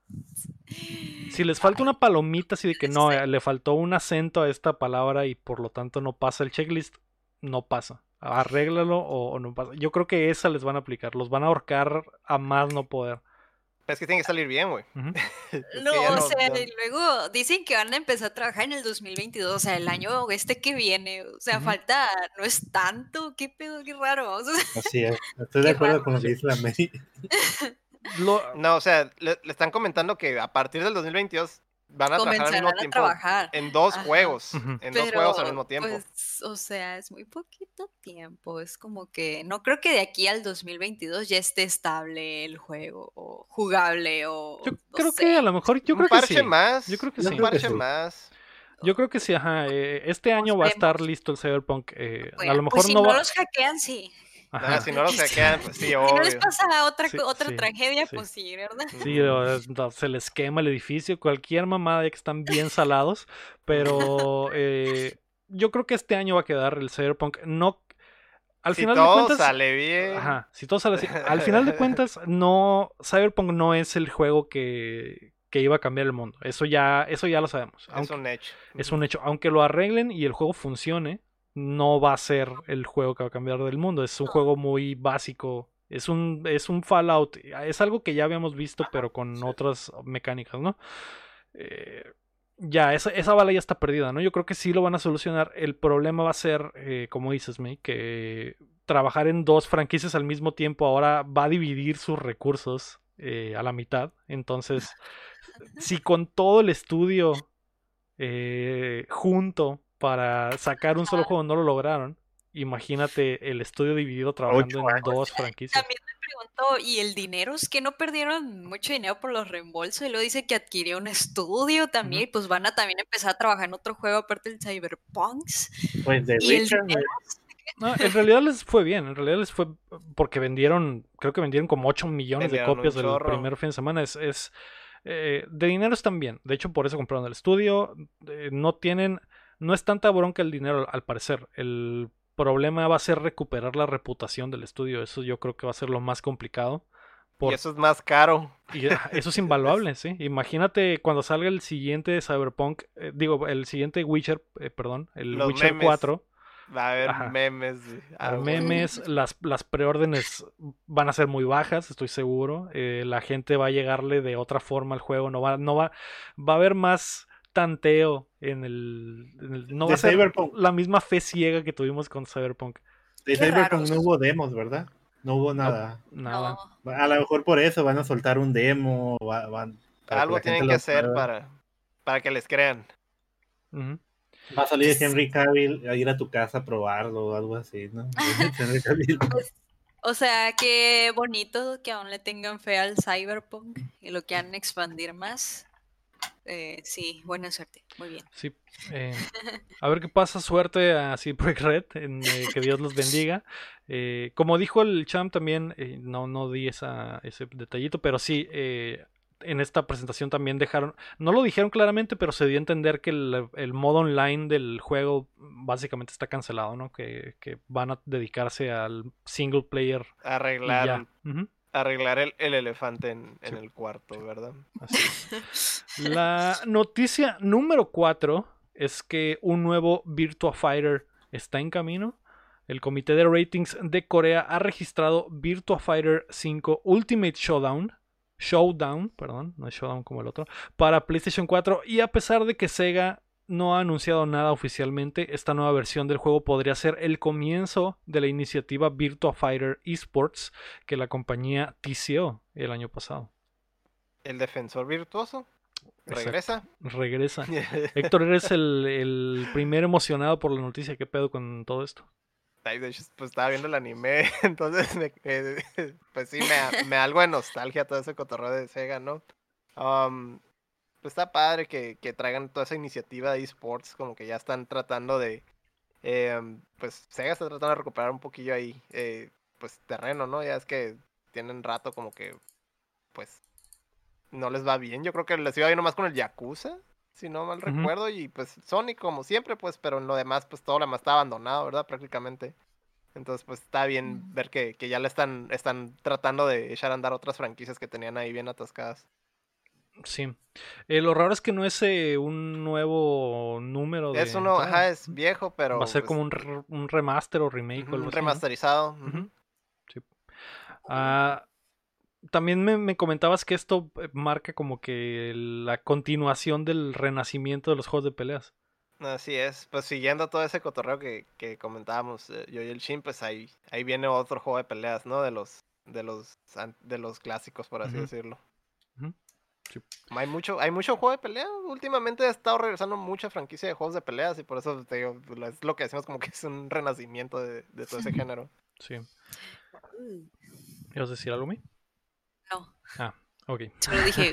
Si les falta una palomita así de que no, le faltó un acento a esta palabra y por lo tanto no pasa el checklist, no pasa. Arréglalo o no pasa. Yo creo que esa les van a aplicar. Los van a ahorcar a más no poder. Es que tiene que salir bien, güey. Ujú. Es No, que ya o sea, ya- y luego dicen que van a empezar a trabajar en el 2022, o sea, el año que viene, o sea, Ujú. falta, no es tanto, qué pedo, qué raro. O sea, Así es. Estoy de Qué acuerdo raro. con lo que dice la Mary. No, o sea, le están comentando que a partir del 2022 van a trabajar al mismo comenzarán a tiempo trabajar. en 2 Ajá. juegos. Ujú. En 2 Pero, juegos al mismo tiempo. pues, o sea, es muy poquito tiempo, es como que no creo que de aquí al 2022 ya esté estable el juego o jugable o Yo no creo sé. que a lo mejor, yo Un creo que parche sí. más. Yo creo que Yo sí. Un creo que parche sí. más. Yo creo que sí, ajá. Este año va a estar listo el Cyberpunk. A Bueno, lo mejor pues si no no va. los hackean, sí. Ajá. Si no los hackean, pues sí, Si no les obvio. pasa otra Sí, otra sí, tragedia, sí. pues sí, ¿verdad? Sí, se les quema el edificio, cualquier mamada de que están bien salados, pero yo creo que este año va a quedar el Cyberpunk. No, al Si final de todo cuentas, sale bien. ajá, si todo sale así, al final de cuentas, no, Cyberpunk no es el juego que iba a cambiar el mundo. Eso ya lo sabemos. Es un hecho. Es un hecho. Aunque lo arreglen y el juego funcione, no va a ser el juego que va a cambiar del mundo. Es un juego muy básico Es un Fallout. Es algo que ya habíamos visto, pero con otras mecánicas, ¿no? Ya, esa bala ya está perdida, ¿no? Yo creo que sí lo van a solucionar. El problema va a ser, como dices, May, que trabajar en 2 franquicias al mismo tiempo ahora va a dividir sus recursos a la mitad. Entonces, si con todo el estudio junto para sacar un solo juego no lo lograron, imagínate el estudio dividido trabajando 8 en años. 2 franquicias. También me pregunto, ¿y el dinero? Es que no perdieron mucho dinero por los reembolsos. Y luego dice que adquirió un estudio también. Y pues van a también empezar a trabajar en otro juego aparte del Cyberpunk. Pues The Y el Witcher, dinero, No, en realidad les fue bien, en realidad les fue porque creo que vendieron como 8 millones de Vendieron un copias del chorro. primer fin de semana. De dinero están bien, de hecho por eso compraron el estudio. No es tanta bronca el dinero al parecer. El problema va a ser recuperar la reputación del estudio. Eso yo creo que va a ser lo más complicado. Y eso es más caro. Y eso es invaluable, ¿sí? Imagínate cuando salga el siguiente Cyberpunk, el siguiente Witcher, perdón, el Los Witcher memes. 4. Va a haber Ajá. memes. Memes, las preórdenes van a ser muy bajas, estoy seguro. La gente va a llegarle de otra forma al juego. Va a haber más tanteo no va De a ser Cyberpunk. la misma fe ciega que tuvimos con Cyberpunk. De Qué Cyberpunk raros. no hubo demos, ¿verdad? No hubo nada. Nada. no. A lo mejor por eso van a soltar un demo, para Algo que la gente tienen que lo hacer pruebe. para que les crean. Ujú. Va a salir Henry Cavill a ir a tu casa a probarlo o algo así, ¿no? Henry Cavill. Pues, o sea, qué bonito que aún le tengan fe al Cyberpunk y lo quieran expandir más. Sí, buena suerte. Muy bien. Sí. A ver qué pasa, suerte a CD Projekt Red, que Dios los bendiga. Como dijo el champ también, no di ese detallito, pero sí, en esta presentación también no lo dijeron claramente, pero se dio a entender que el modo online del juego básicamente está cancelado, ¿no? Que van a dedicarse al single player y Arreglar, ya. Ujú. arreglar el elefante en Sí. el cuarto, ¿verdad? Así es. La noticia número 4 es que un nuevo Virtua Fighter está en camino. El comité de ratings de Corea ha registrado Virtua Fighter 5 Ultimate Showdown, perdón, no es Showdown como el otro, para PlayStation 4, y a pesar de que Sega no ha anunciado nada oficialmente, esta nueva versión del juego podría ser el comienzo de la iniciativa Virtua Fighter Esports que la compañía TCO el año pasado. El defensor virtuoso Exacto. regresa. Regresa. Héctor, eres el primer emocionado por la noticia. ¿Qué pedo con todo esto? Ay, de hecho, pues estaba viendo el anime, entonces pues sí, me da algo de nostalgia todo ese cotorreo de Sega, ¿no? Pues está padre que traigan toda esa iniciativa de esports, como que ya están tratando de, pues Sega está tratando de recuperar un poquillo ahí, pues terreno, ¿no? Ya es que tienen rato como que, pues, no les va bien. Yo creo que les iba bien nomás con el Yakuza, si no mal recuerdo, y pues Sonic como siempre, pues, pero en lo demás, pues todo lo demás está abandonado, ¿verdad? Prácticamente. Entonces, pues está bien ver que ya le están tratando de echar a andar otras franquicias que tenían ahí bien atascadas. Sí. Lo raro es que no es un nuevo número de Es uno, entrada. ajá, es viejo, Va a pero ser pues, como un remaster o remake o algo un así, ¿no? remasterizado. Ujú. Sí. También me comentabas que esto marca como que la continuación del renacimiento de los juegos de peleas. Así es, pues siguiendo todo ese cotorreo que comentábamos yo y el Shin, pues ahí viene otro juego de peleas, ¿no? De los clásicos, por así Ujú. decirlo. Ujú. Sí. Hay mucho juego de pelea. Últimamente ha estado regresando mucha franquicia de juegos de peleas y por eso te digo, es lo que decimos como que es un renacimiento de todo ese género. Sí. ¿Ibas a decir algo, Mi? No, Ah, ok. solo dije.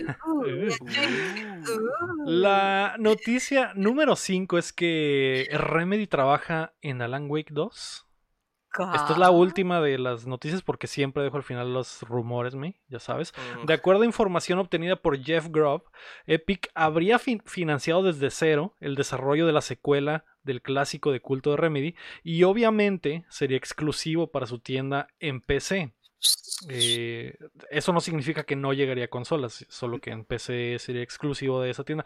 La noticia número 5 es que Remedy trabaja en Alan Wake 2. Esta es la última de las noticias porque siempre dejo al final los rumores, ya sabes. De acuerdo a información obtenida por Jeff Grubb, Epic habría financiado desde cero el desarrollo de la secuela del clásico de culto de Remedy y obviamente sería exclusivo para su tienda en PC. Eso no significa que no llegaría a consolas, solo que en PC sería exclusivo de esa tienda.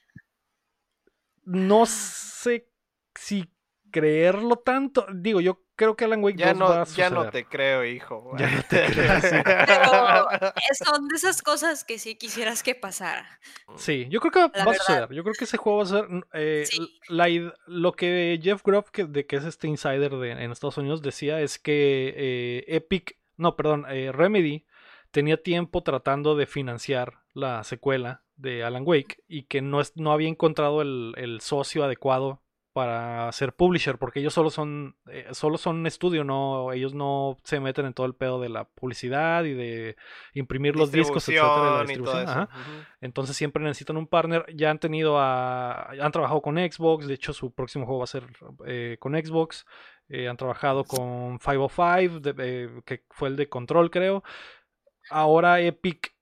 No sé si creerlo tanto. Digo, yo creo que Alan Wake 2 va a suceder. Ya no te creo, hijo. Ya no te creo, sí. Pero son de esas cosas que sí quisieras que pasara. Sí, yo creo que La va a verdad. suceder. Yo creo que ese juego va a ser Sí. lo que Jeff Grubb, que es este insider en Estados Unidos, decía es que Remedy tenía tiempo tratando de financiar la secuela de Alan Wake y que no había encontrado el socio adecuado para ser publisher, porque ellos solo son estudio, ellos no se meten en todo el pedo de la publicidad y de imprimir los discos, etcétera, de la Distribución y todo distribución. eso. Ajá. Entonces siempre necesitan un partner. Ya han trabajado con Xbox. De hecho, su próximo juego va a ser con Xbox. Han trabajado con 505, que fue el de Control, creo. Ahora Epic,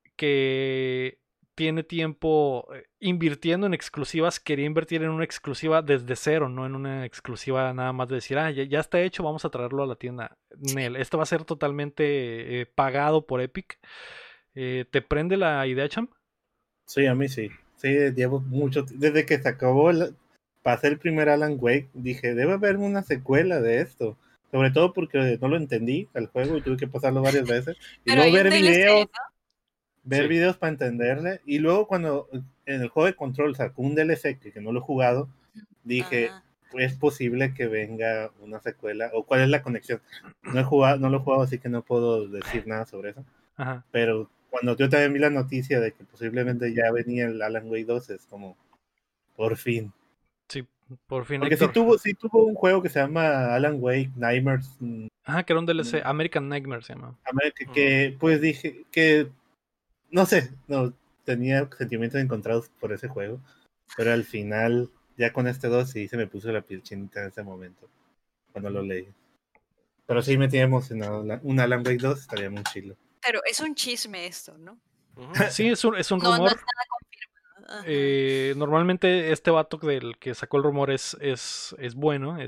que tiene tiempo invirtiendo en exclusivas, quería invertir en una exclusiva desde cero, no en una exclusiva nada más de decir, ya está hecho, vamos a traerlo a la tienda. Nel, esto va a ser totalmente pagado por Epic. ¿Te prende la idea, Cham? Sí, a mí sí. Sí, llevo mucho. Desde que se acabó, pasé el primer Alan Wake, dije, debe haber una secuela de esto. Sobre todo porque no lo entendí el juego y tuve que pasarlo varias veces. Y Pero luego hay un ver DLC, videos, ¿no? videos para entenderle. Y luego cuando en el juego de Control sacó un DLC que no lo he jugado, dije, es posible que venga una secuela. ¿O cuál es la conexión? No lo he jugado, así que no puedo decir nada sobre eso. Ajá. Pero cuando yo también vi la noticia de que posiblemente ya venía el Alan Wake 2, es como, por fin. Sí, por fin, Porque Héctor. sí tuvo un juego que se llama Alan Wake Nightmares. Ajá, que era un DLC, American Nightmare se llama. Que pues dije que, no sé, no tenía sentimientos encontrados por ese juego. Pero al final, ya con este 2 sí se me puso la piel chinita en ese momento, cuando lo leí. Pero sí me tiene emocionado. Un Alan Wake 2 estaría muy chido. Pero es un chisme esto, ¿no? Sí, es un No rumor. está nada confirmado. Ajá. Normalmente este vato del que sacó el rumor es bueno.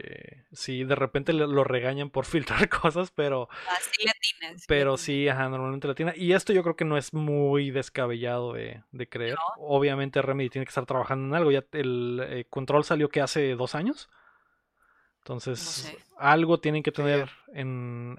Sí, de repente lo regañan por filtrar cosas, pero Sí latina, sí pero latina. sí, ajá, normalmente latina. Y esto yo creo que no es muy descabellado de creer. Obviamente Remedy tiene que estar trabajando en algo. Ya el Control salió que hace 2 años. Entonces, No sé. algo tienen que Sí. tener en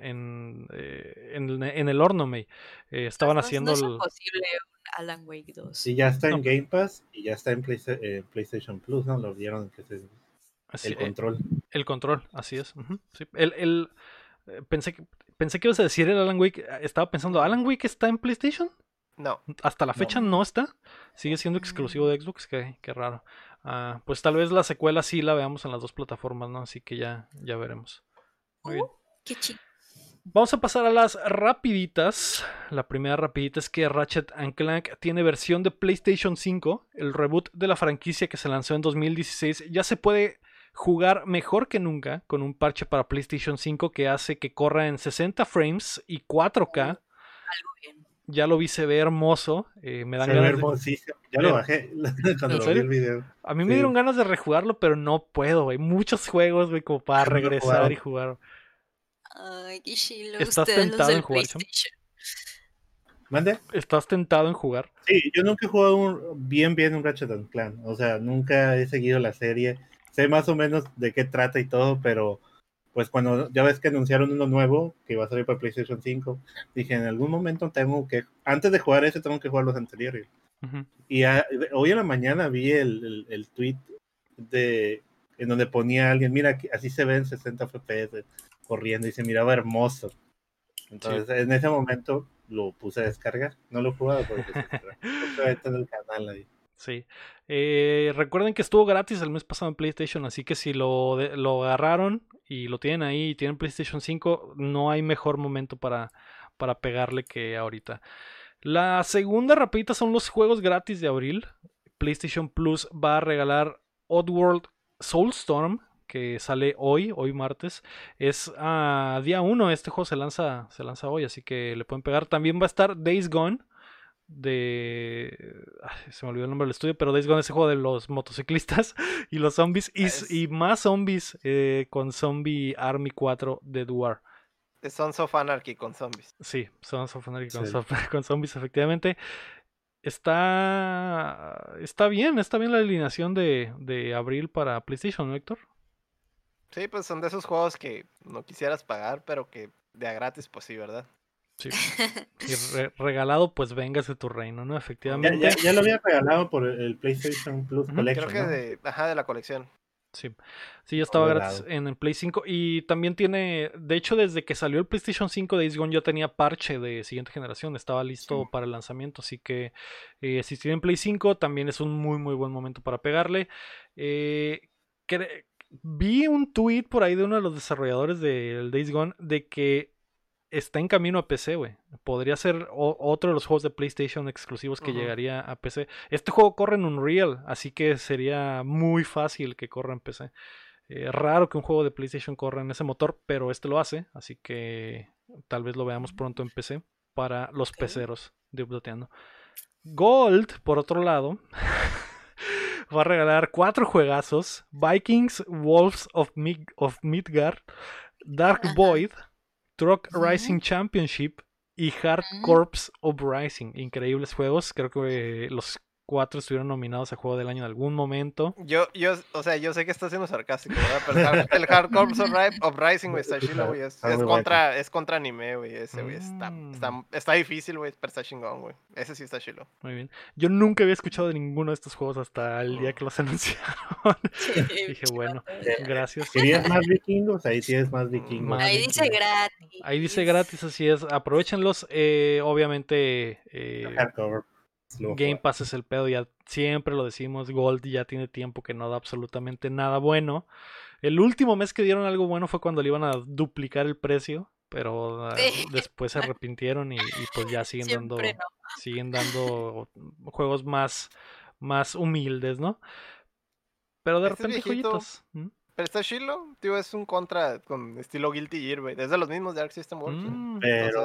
el horno, May. Estaban haciendo No es imposible un Alan Wake 2. Y ya está en No. Game Pass y ya está en PlayStation Plus, ¿no? Lo vieron que el Control. El Control, así es. Ujú, sí. Pensé que ibas a decir el Alan Wake. Estaba pensando, ¿Alan Wake está en PlayStation? No. Hasta la fecha no está. Sigue siendo exclusivo de Xbox. Qué raro. Pues tal vez la secuela sí la veamos en las dos plataformas, ¿no? Así que ya veremos. Muy bien. Qué chido. Vamos a pasar a las rapiditas. La primera rapidita es que Ratchet & Clank tiene versión de PlayStation 5. El reboot de la franquicia que se lanzó en 2016 ya se puede jugar mejor que nunca con un parche para PlayStation 5 que hace que corra en 60 frames y 4K. Algo bien. Ya lo vi, se ve hermoso. Me dan Se ve ganas hermosísimo. Ya lo bajé cuando ¿En lo vi serio? el video. A mí me Sí. dieron ganas de rejugarlo, pero no puedo, güey. Muchos juegos, güey, como para No lo he regresar jugado. y jugar. Ay, qué chilo. ¿Estás Ustedes los tentado en del jugar, Cham? PlayStation. ¿Mande? ¿Estás tentado en jugar? Sí, yo nunca he jugado bien un Ratchet & Clank. O sea, nunca he seguido la serie. Sé más o menos de qué trata y todo, pero pues cuando ya ves que anunciaron uno nuevo que iba a salir para PlayStation 5, dije, en algún momento antes de jugar ese, tengo que jugar los anteriores. Uh-huh. Y hoy en la mañana vi el tweet en donde ponía alguien, mira, así se ven 60 FPS corriendo y se miraba hermoso. Entonces, en ese momento lo puse a descargar. No lo he jugado porque está en el canal ahí. Sí. Recuerden que estuvo gratis el mes pasado en PlayStation, así que si lo agarraron y lo tienen ahí y tienen PlayStation 5, no hay mejor momento para pegarle que ahorita. La segunda rapidita son los juegos gratis de abril. PlayStation Plus va a regalar Oddworld Soulstorm, que sale hoy martes. Es día 1, este juego se lanza hoy, así que le pueden pegar. También va a estar Days Gone, se me olvidó el nombre del estudio, pero Days Gone es ese juego de los motociclistas y los zombies, y más zombies con Zombie Army 4 de War. Sons of Anarchy con zombies. Sí, Sons of Anarchy Sí. con zombies, efectivamente. Está bien la alineación de abril para PlayStation, ¿no, Héctor? Sí, pues son de esos juegos que no quisieras pagar, pero que de a gratis, pues sí, ¿verdad? Sí. Y regalado, pues véngase tu reino, ¿no? Ya, Efectivamente. ya lo había regalado por el PlayStation Plus Ujú. Collection, Creo que ¿no? de la colección. Sí, sí, ya estaba Por gratis lado. en el Play 5 y también tiene, de hecho desde que salió el PlayStation 5 Days Gone ya tenía parche de siguiente generación, estaba listo Sí. para el lanzamiento, así que si tienen Play 5 también es un muy muy buen momento para pegarle. Eh, Vi un tweet por ahí de uno de los desarrolladores del Days Gone de que está en camino a PC, güey. Podría ser otro de los juegos de PlayStation exclusivos que Ujú. llegaría a PC. Este juego corre en Unreal, así que sería muy fácil que corra en PC. Raro que un juego de PlayStation corra en ese motor, pero este lo hace, así que tal vez lo veamos pronto en PC para los Ok. peceros de Updateando. Gold, por otro lado, va a regalar 4 juegazos: Vikings, Wolves of Midgard, Dark Ajá. Void, Truck Ujú. Rising Championship y Hard Mm. Corps Uprising. Increíbles juegos. Creo que los 4 estuvieron nominados a Juego del Año en algún momento. O sea, yo sé que está siendo sarcástico, ¿verdad? Pero el Hardcore Uprising, güey, está chilo, güey. Está muy bueno. Es contra anime, güey. Ese, güey, está difícil, güey, pero está chingón, güey. Ese sí está chilo. Muy bien. Yo nunca había escuchado de ninguno de estos juegos hasta el día que los anunciaron. Dije, bueno, gracias. ¿Querías más vikingos? Ahí tienes más vikingos. Más Ahí dice vikingos. gratis. Ahí dice gratis, así es. Aprovechenlos. Obviamente, Hardcover. Game Pass es el pedo, ya siempre lo decimos. Gold ya tiene tiempo que no da absolutamente nada bueno. El último mes que dieron algo bueno fue cuando le iban a duplicar el precio, pero Sí. después se arrepintieron y pues ya Siempre no. siguen dando juegos más humildes, ¿no? Pero de Este es repente viejito, joyitos. pero está chilo. Tío, es un contra con estilo Guilty Gear, güey. Es de los mismos de Arc System Works, güey. Mm.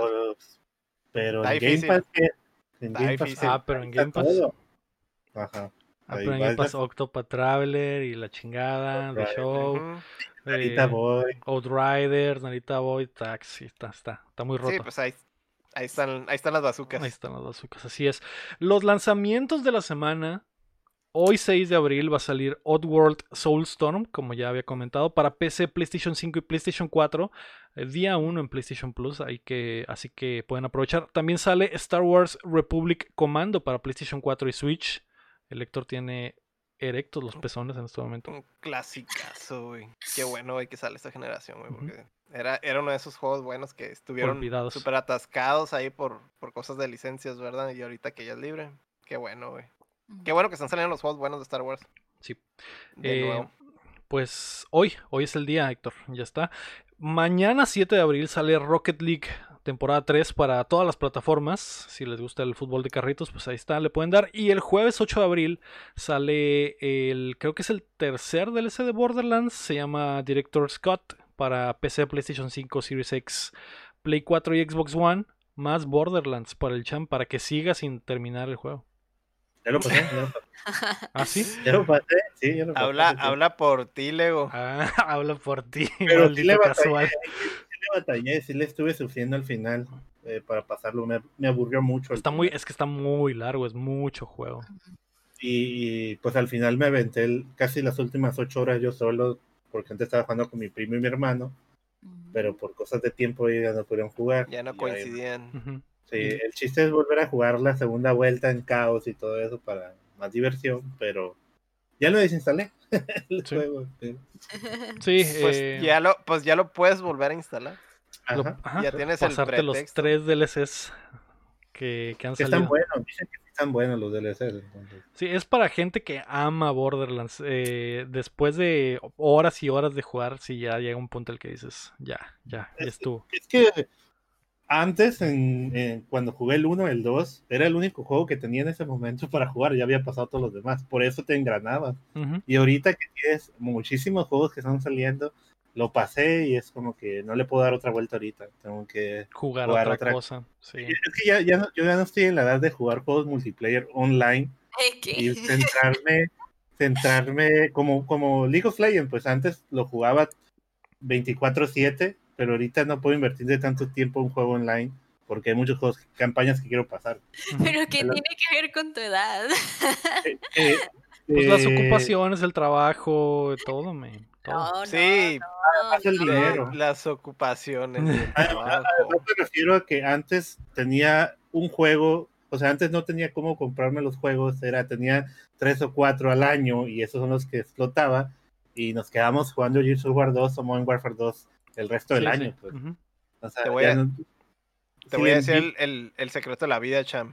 Pero Está en Game difícil. Pass, ¿qué? En Está Game Pass, difícil. Pero en está Game Pass. todo. Ajá. Pero en Game Pass Octopath Traveler y la chingada, The Show, Ujú. Narita Boy. Outriders, Narita Boy, Taxi, está muy roto. Sí, pues ahí están las bazucas. Ahí están las bazucas, así es. Los lanzamientos de la semana. Hoy 6 de abril va a salir Oddworld Soulstorm, como ya había comentado, para PC, PlayStation 5 y PlayStation 4. Día 1 en PlayStation Plus, así que pueden aprovechar. También sale Star Wars Republic Commando para PlayStation 4 y Switch. El lector tiene erectos los pezones en este momento. Un clasicazo, güey. Qué bueno, güey, que sale esta generación, güey, porque era uno de esos juegos buenos que estuvieron Olvidados. súper atascados ahí por cosas de licencias, ¿verdad? Y ahorita que ya es libre. Qué bueno, güey. Qué bueno que están saliendo los juegos buenos de Star Wars. Sí. De nuevo. Pues hoy es el día, Héctor, ya está. Mañana 7 de abril sale Rocket League temporada 3 para todas las plataformas. Si les gusta el fútbol de carritos, pues ahí está, le pueden dar. Y el jueves 8 de abril sale creo que es el tercer DLC de Borderlands, se llama Director's Cut para PC, PlayStation 5, Series X, Play 4 y Xbox One, más Borderlands para el champ, para que siga sin terminar el juego. Ya lo pasé. ¿Ah, sí? Ya lo pasé, sí, ya lo pasé. Habla por ti, Lego. Habla por ti, Pero maldito casual. Sí le batallé, sí le estuve sufriendo al final para pasarlo. Me aburrió mucho. Es que está muy largo, es mucho juego. Y pues al final me aventé casi las últimas 8 horas yo solo, porque antes estaba jugando con mi primo y mi hermano, pero por cosas de tiempo ya no pudieron jugar. Ya no coincidían. Sí, el chiste es volver a jugar la segunda vuelta en caos y todo eso para más diversión, pero ya lo desinstalé el juego. Sí, pues ya lo puedes volver a instalar. Ya tienes pasarte el los 3 DLCs que han salido. Están buenos, dicen que están buenos los DLCs. Entonces. Sí, es para gente que ama Borderlands. Después de horas y horas de jugar, sí, ya llega un punto en el que dices, ya estuvo. Es que antes, cuando jugué el 1, el 2, era el único juego que tenía en ese momento para jugar, ya había pasado todos los demás, por eso te engranabas. Y ahorita que tienes muchísimos juegos que están saliendo, lo pasé y es como que no le puedo dar otra vuelta ahorita, tengo que jugar otra cosa. Sí. Es que yo ya no estoy en la edad de jugar juegos multiplayer online y centrarme como League of Legends, pues antes lo jugaba 24/7, pero ahorita no puedo invertir de tanto tiempo en un juego online porque hay muchos juegos, campañas que quiero pasar. Pero ¿qué tiene que ver con tu edad? Pues las ocupaciones, el trabajo, todo, todo. No, Sí, no, el no. dinero. las ocupaciones del Además, trabajo. me refiero a que antes tenía un juego, o sea, antes no tenía cómo comprarme los juegos, tenía 3 o 4 al año y esos son los que explotaba y nos quedamos jugando Gears of War 2 o Modern Warfare 2 el resto del Sí, año, sí. pues. Ujú. O sea, Te voy ya a- no, Te si voy a le decir el secreto de la vida, Cham.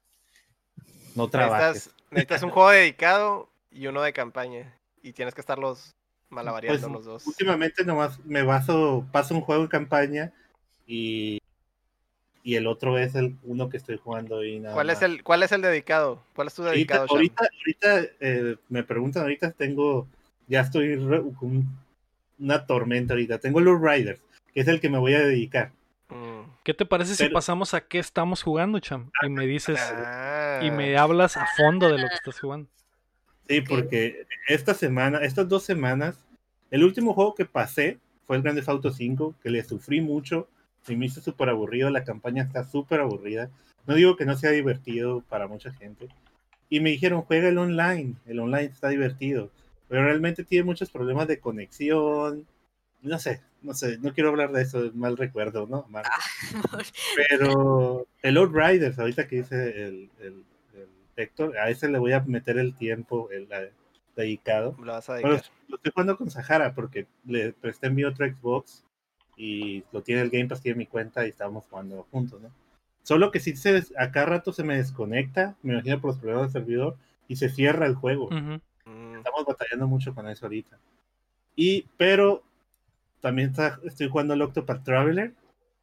no trabajes. Necesitas un juego dedicado y uno de campaña. Y tienes que estarlos malabareando Pues los dos. últimamente nomás paso un juego en campaña y, y el otro es el uno que estoy jugando y nada más. ¿Cuál es el dedicado? ¿Cuál es tu dedicado, Cham? Ahorita me preguntan, ahorita ya estoy con una tormenta ahorita. Tengo los Riders, que es el que me voy a dedicar. Mm. ¿Qué te parece si Pero- pasamos a qué estamos jugando, Cham? Y me dices, y me Ah, hablas a fondo de lo que estás jugando. Sí, Ok. porque estas 2 semanas, el último juego que pasé fue el Grand Theft Auto 5, que le sufrí mucho, y me hizo súper aburrido, la campaña está súper aburrida. No digo que no sea divertido para mucha gente. Y me dijeron, juega el online está divertido, pero realmente tiene muchos problemas de conexión. No sé, no quiero hablar de eso, es mal recuerdo, ¿no? Amargo. Pero el Outriders, ahorita que dice el Héctor, a ese le voy a meter el tiempo dedicado. lo vas a Pero dedicar. lo estoy jugando con Sahara porque le presté mi otro Xbox y lo tiene el Game Pass, tiene mi cuenta y estábamos jugando juntos, ¿no? Solo que si a cada rato se me desconecta, me imagino por los problemas del servidor, y se cierra el juego. Ujú. Mm. Estamos batallando mucho con eso ahorita. Pero también estoy jugando el Octopath Traveler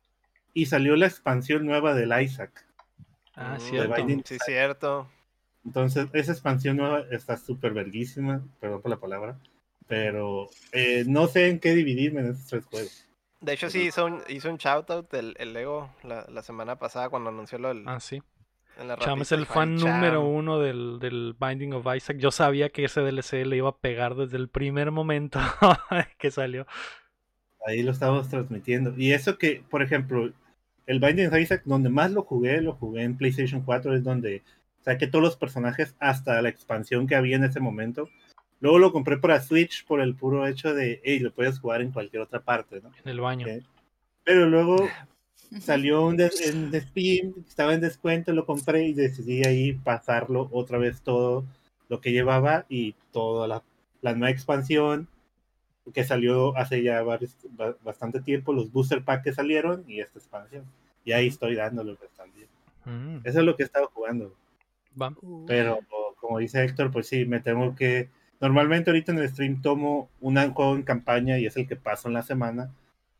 y salió la expansión nueva del Isaac. Ah, Mm, cierto. Binding sí, Isaac. cierto. Entonces, esa expansión nueva está súper verguísima, perdón por la palabra, pero no sé en qué dividirme en esos 3 juegos. De hecho, sí hizo un shoutout el Lego la semana pasada cuando anunció Ah, sí. en la Cham es ratita. el Dijo, "Ay, fan número Cham". 1 del Binding of Isaac. Yo sabía que ese DLC le iba a pegar desde el primer momento que salió. Ahí lo estamos transmitiendo. Y eso que, por ejemplo, el Binding of Isaac, donde más lo jugué en PlayStation 4, es donde saqué todos los personajes hasta la expansión que había en ese momento. Luego lo compré para Switch por el puro hecho de, hey, lo puedes jugar en cualquier otra parte, ¿no? En el baño. Pero luego salió en Steam, estaba en descuento, lo compré y decidí ahí pasarlo otra vez todo lo que llevaba y toda la nueva expansión que salió hace ya bastante tiempo, los booster packs que salieron y esta expansión. Y ahí estoy dándolo pues, también. Mm, Eso es lo que he estado jugando. va. Pero como dice Héctor, pues sí, me tengo que... Normalmente ahorita en el stream tomo un juego en campaña y es el que paso en la semana.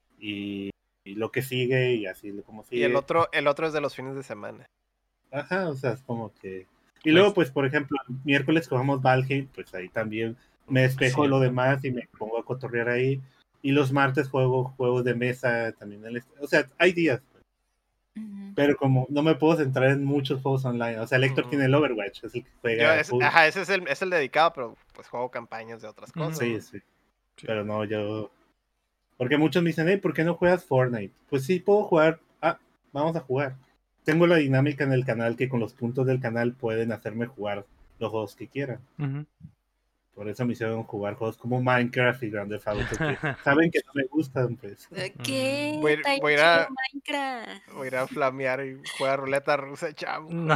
Y lo que sigue y así como Y sigue. el otro es de los fines de semana. Ajá, o sea, es como que... Y luego, pues, por ejemplo, el miércoles jugamos Valheim, pues ahí también me despejo de lo demás y me pongo a cotorrear ahí. Y los martes juego juegos de mesa también. O sea, hay días. Ujú. Pero como no me puedo centrar en muchos juegos online. O sea, el Héctor tiene el Overwatch, es el que juega full. Ajá, ese es el dedicado, pero pues juego campañas de otras cosas. Sí, ¿no? sí. Pero no, yo... Porque muchos me dicen, hey, ¿por qué no juegas Fortnite? Pues sí, puedo jugar. Ah, vamos a jugar. Tengo la dinámica en el canal que con los puntos del canal pueden hacerme jugar los juegos que quieran. Ujú. Por eso me hicieron jugar juegos como Minecraft y Grand Theft Auto que saben que no me gustan, pues. ¿Qué? Voy a ir- Está bien voy a ir a- chido Minecraft. Voy a ir a flamear y jugar ruleta rusa, chamo. No,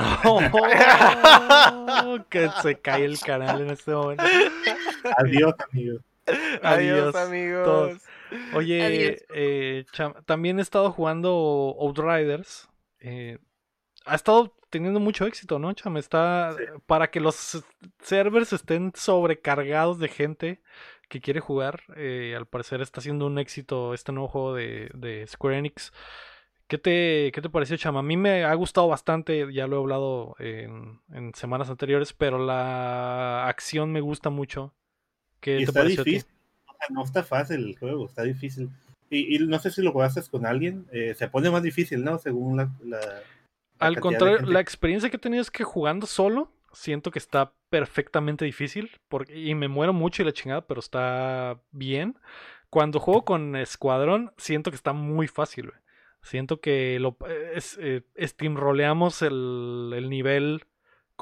que se cae el canal en este momento. Adiós, amigo. Adiós, Adiós, amigos. todos. Oye, Adiós. Cham, también he estado jugando Outriders. Ha estado teniendo mucho éxito, ¿no, Cham? Está Sí. para que los servers estén sobrecargados de gente que quiere jugar. Al parecer está siendo un éxito este nuevo juego de Square Enix. ¿Qué te pareció, Cham? A mí me ha gustado bastante, ya lo he hablado en semanas anteriores, pero la acción me gusta mucho. ¿Qué Y te está pareció a ti? difícil. O sea, no está fácil el juego, está difícil. Y no sé si lo jugaste con alguien, se pone más difícil, ¿no? Según la Al cantidad de contrario, gente. la experiencia que he tenido es que jugando solo, siento que está perfectamente difícil. Y me muero mucho y la chingada, pero está bien. Cuando juego con Escuadrón, siento que está muy fácil, güey. Siento que steamroleamos el nivel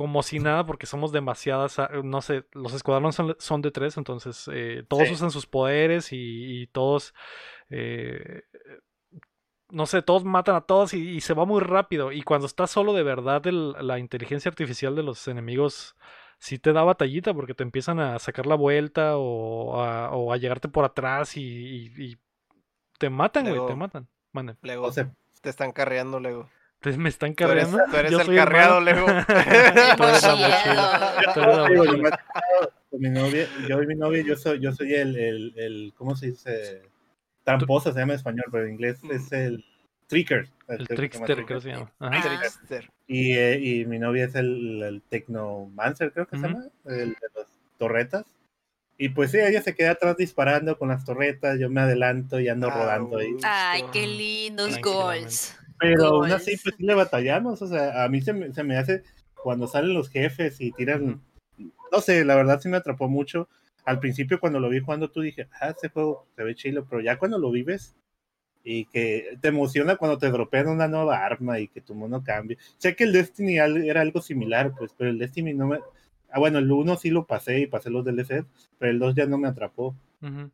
como si nada, porque somos demasiadas, no sé, los escuadrones son de 3, entonces todos Sí. usan sus poderes y todos, eh, no sé, todos matan a todos y se va muy rápido. Y cuando estás solo de verdad, la inteligencia artificial de los enemigos sí te da batallita porque te empiezan a sacar la vuelta o a llegarte por atrás y te matan, güey, te Lego, matan. Manden. O Lego, sea, te están carreando, Lego. Entonces me están Tú eres, carreando. tú eres Yo el soy el malo. carreado, Lego. Tú eres la Miedo. mochila. Tú eres la digo, mochila. nomás con mi novia, yo y mi novia, yo soy el ¿cómo se dice? Tramposo se llama en español, pero en inglés es el tricker. El Creo que se llama trickster, creo tricker. que se llama. Ajá. Trickster. Y mi novia es el Technomancer, creo que se Ujú. llama, el de las torretas. Y pues sí, ella se queda atrás disparando con las torretas, yo me adelanto y ando rodando ahí. Ay, qué lindos Tranquilamente. goals. Pero aún Goals. así, pues sí le batallamos, o sea, a mí se me hace cuando salen los jefes y tiran, no sé, la verdad sí me atrapó mucho. Al principio cuando lo vi jugando tú dije, este juego se ve chilo, pero ya cuando lo vives y que te emociona cuando te dropean una nueva arma y que tu mono cambie. Sé que el Destiny era algo similar, pues, pero el Destiny no me... Ah, bueno, el 1 sí lo pasé y pasé los DLC, pero el 2 ya no me atrapó. Ujú.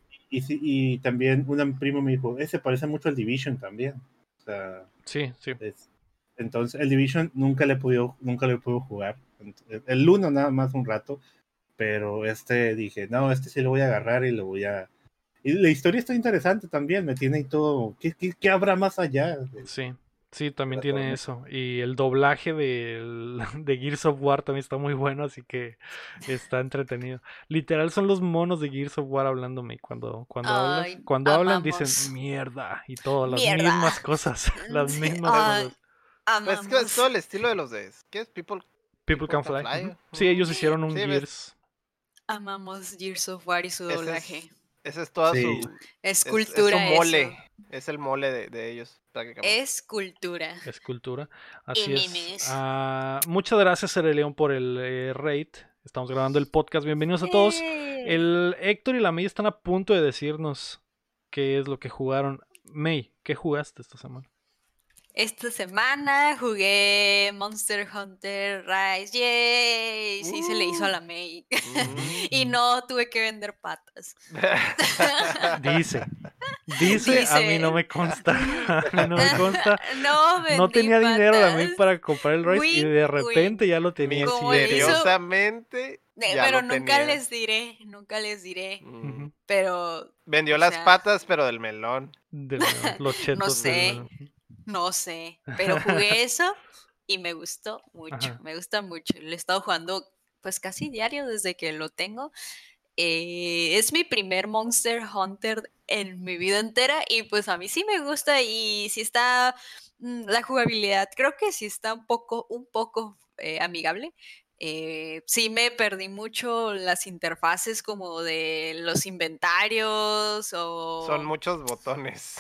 Y también un primo me dijo, ese parece mucho al Division también. O sea, Sí, sí. entonces el Division nunca le he podido jugar. El 1 nada más un rato, pero dije, no, sí lo voy a agarrar y lo voy a... Y la historia está interesante también, me tiene ahí todo... ¿Qué habrá más allá? Sí, sí, también la tiene tormenta? eso. Y el doblaje de Gears of War también está muy bueno, así que está entretenido. Literal son los monos de Gears of War hablándome. Y Ay, cuando hablan dicen amamos. mierda y todo, las Mierda. mismas cosas, las Sí, mismas ay, cosas. Pues es que es todo amamos. el estilo de los de... ¿Qué es? People Can Fly. Ujú. Sí, ellos hicieron un Sí, ves, Gears. Amamos Gears of War y su doblaje. ese es toda Sí, su... Es Es su cultura mole. eso. Es el mole de ellos, prácticamente. Es cultura. Escultura. Así es. Memes. Muchas gracias, León, por el raid. Estamos grabando el podcast. Bienvenidos a todos. El Héctor y la May están a punto de decirnos qué es lo que jugaron. May, ¿qué jugaste esta semana? Esta semana jugué Monster Hunter Rise. ¡Yay! Sí, se le hizo a la May. Y no tuve que vender patas. Dice, a mí no me consta. A mí no me consta. No vendí No tenía dinero la May patas. para comprar el Rise y de repente ya lo tenía. Como le hizo- Misteriosamente. Ya Pero lo nunca tenía. les diré, nunca les diré. Ujú. Pero Vendió o las sea, patas, pero del melón. Los chetos sé. del melón. no sé, pero jugué eso y me gustó mucho, Ajá. me gusta mucho. Lo he estado jugando pues casi diario desde que lo tengo. Es mi primer Monster Hunter en mi vida entera y pues a mí sí me gusta y sí está la jugabilidad, creo que sí está un poco amigable. Sí me perdí mucho las interfaces como de los inventarios Son o... muchos botones.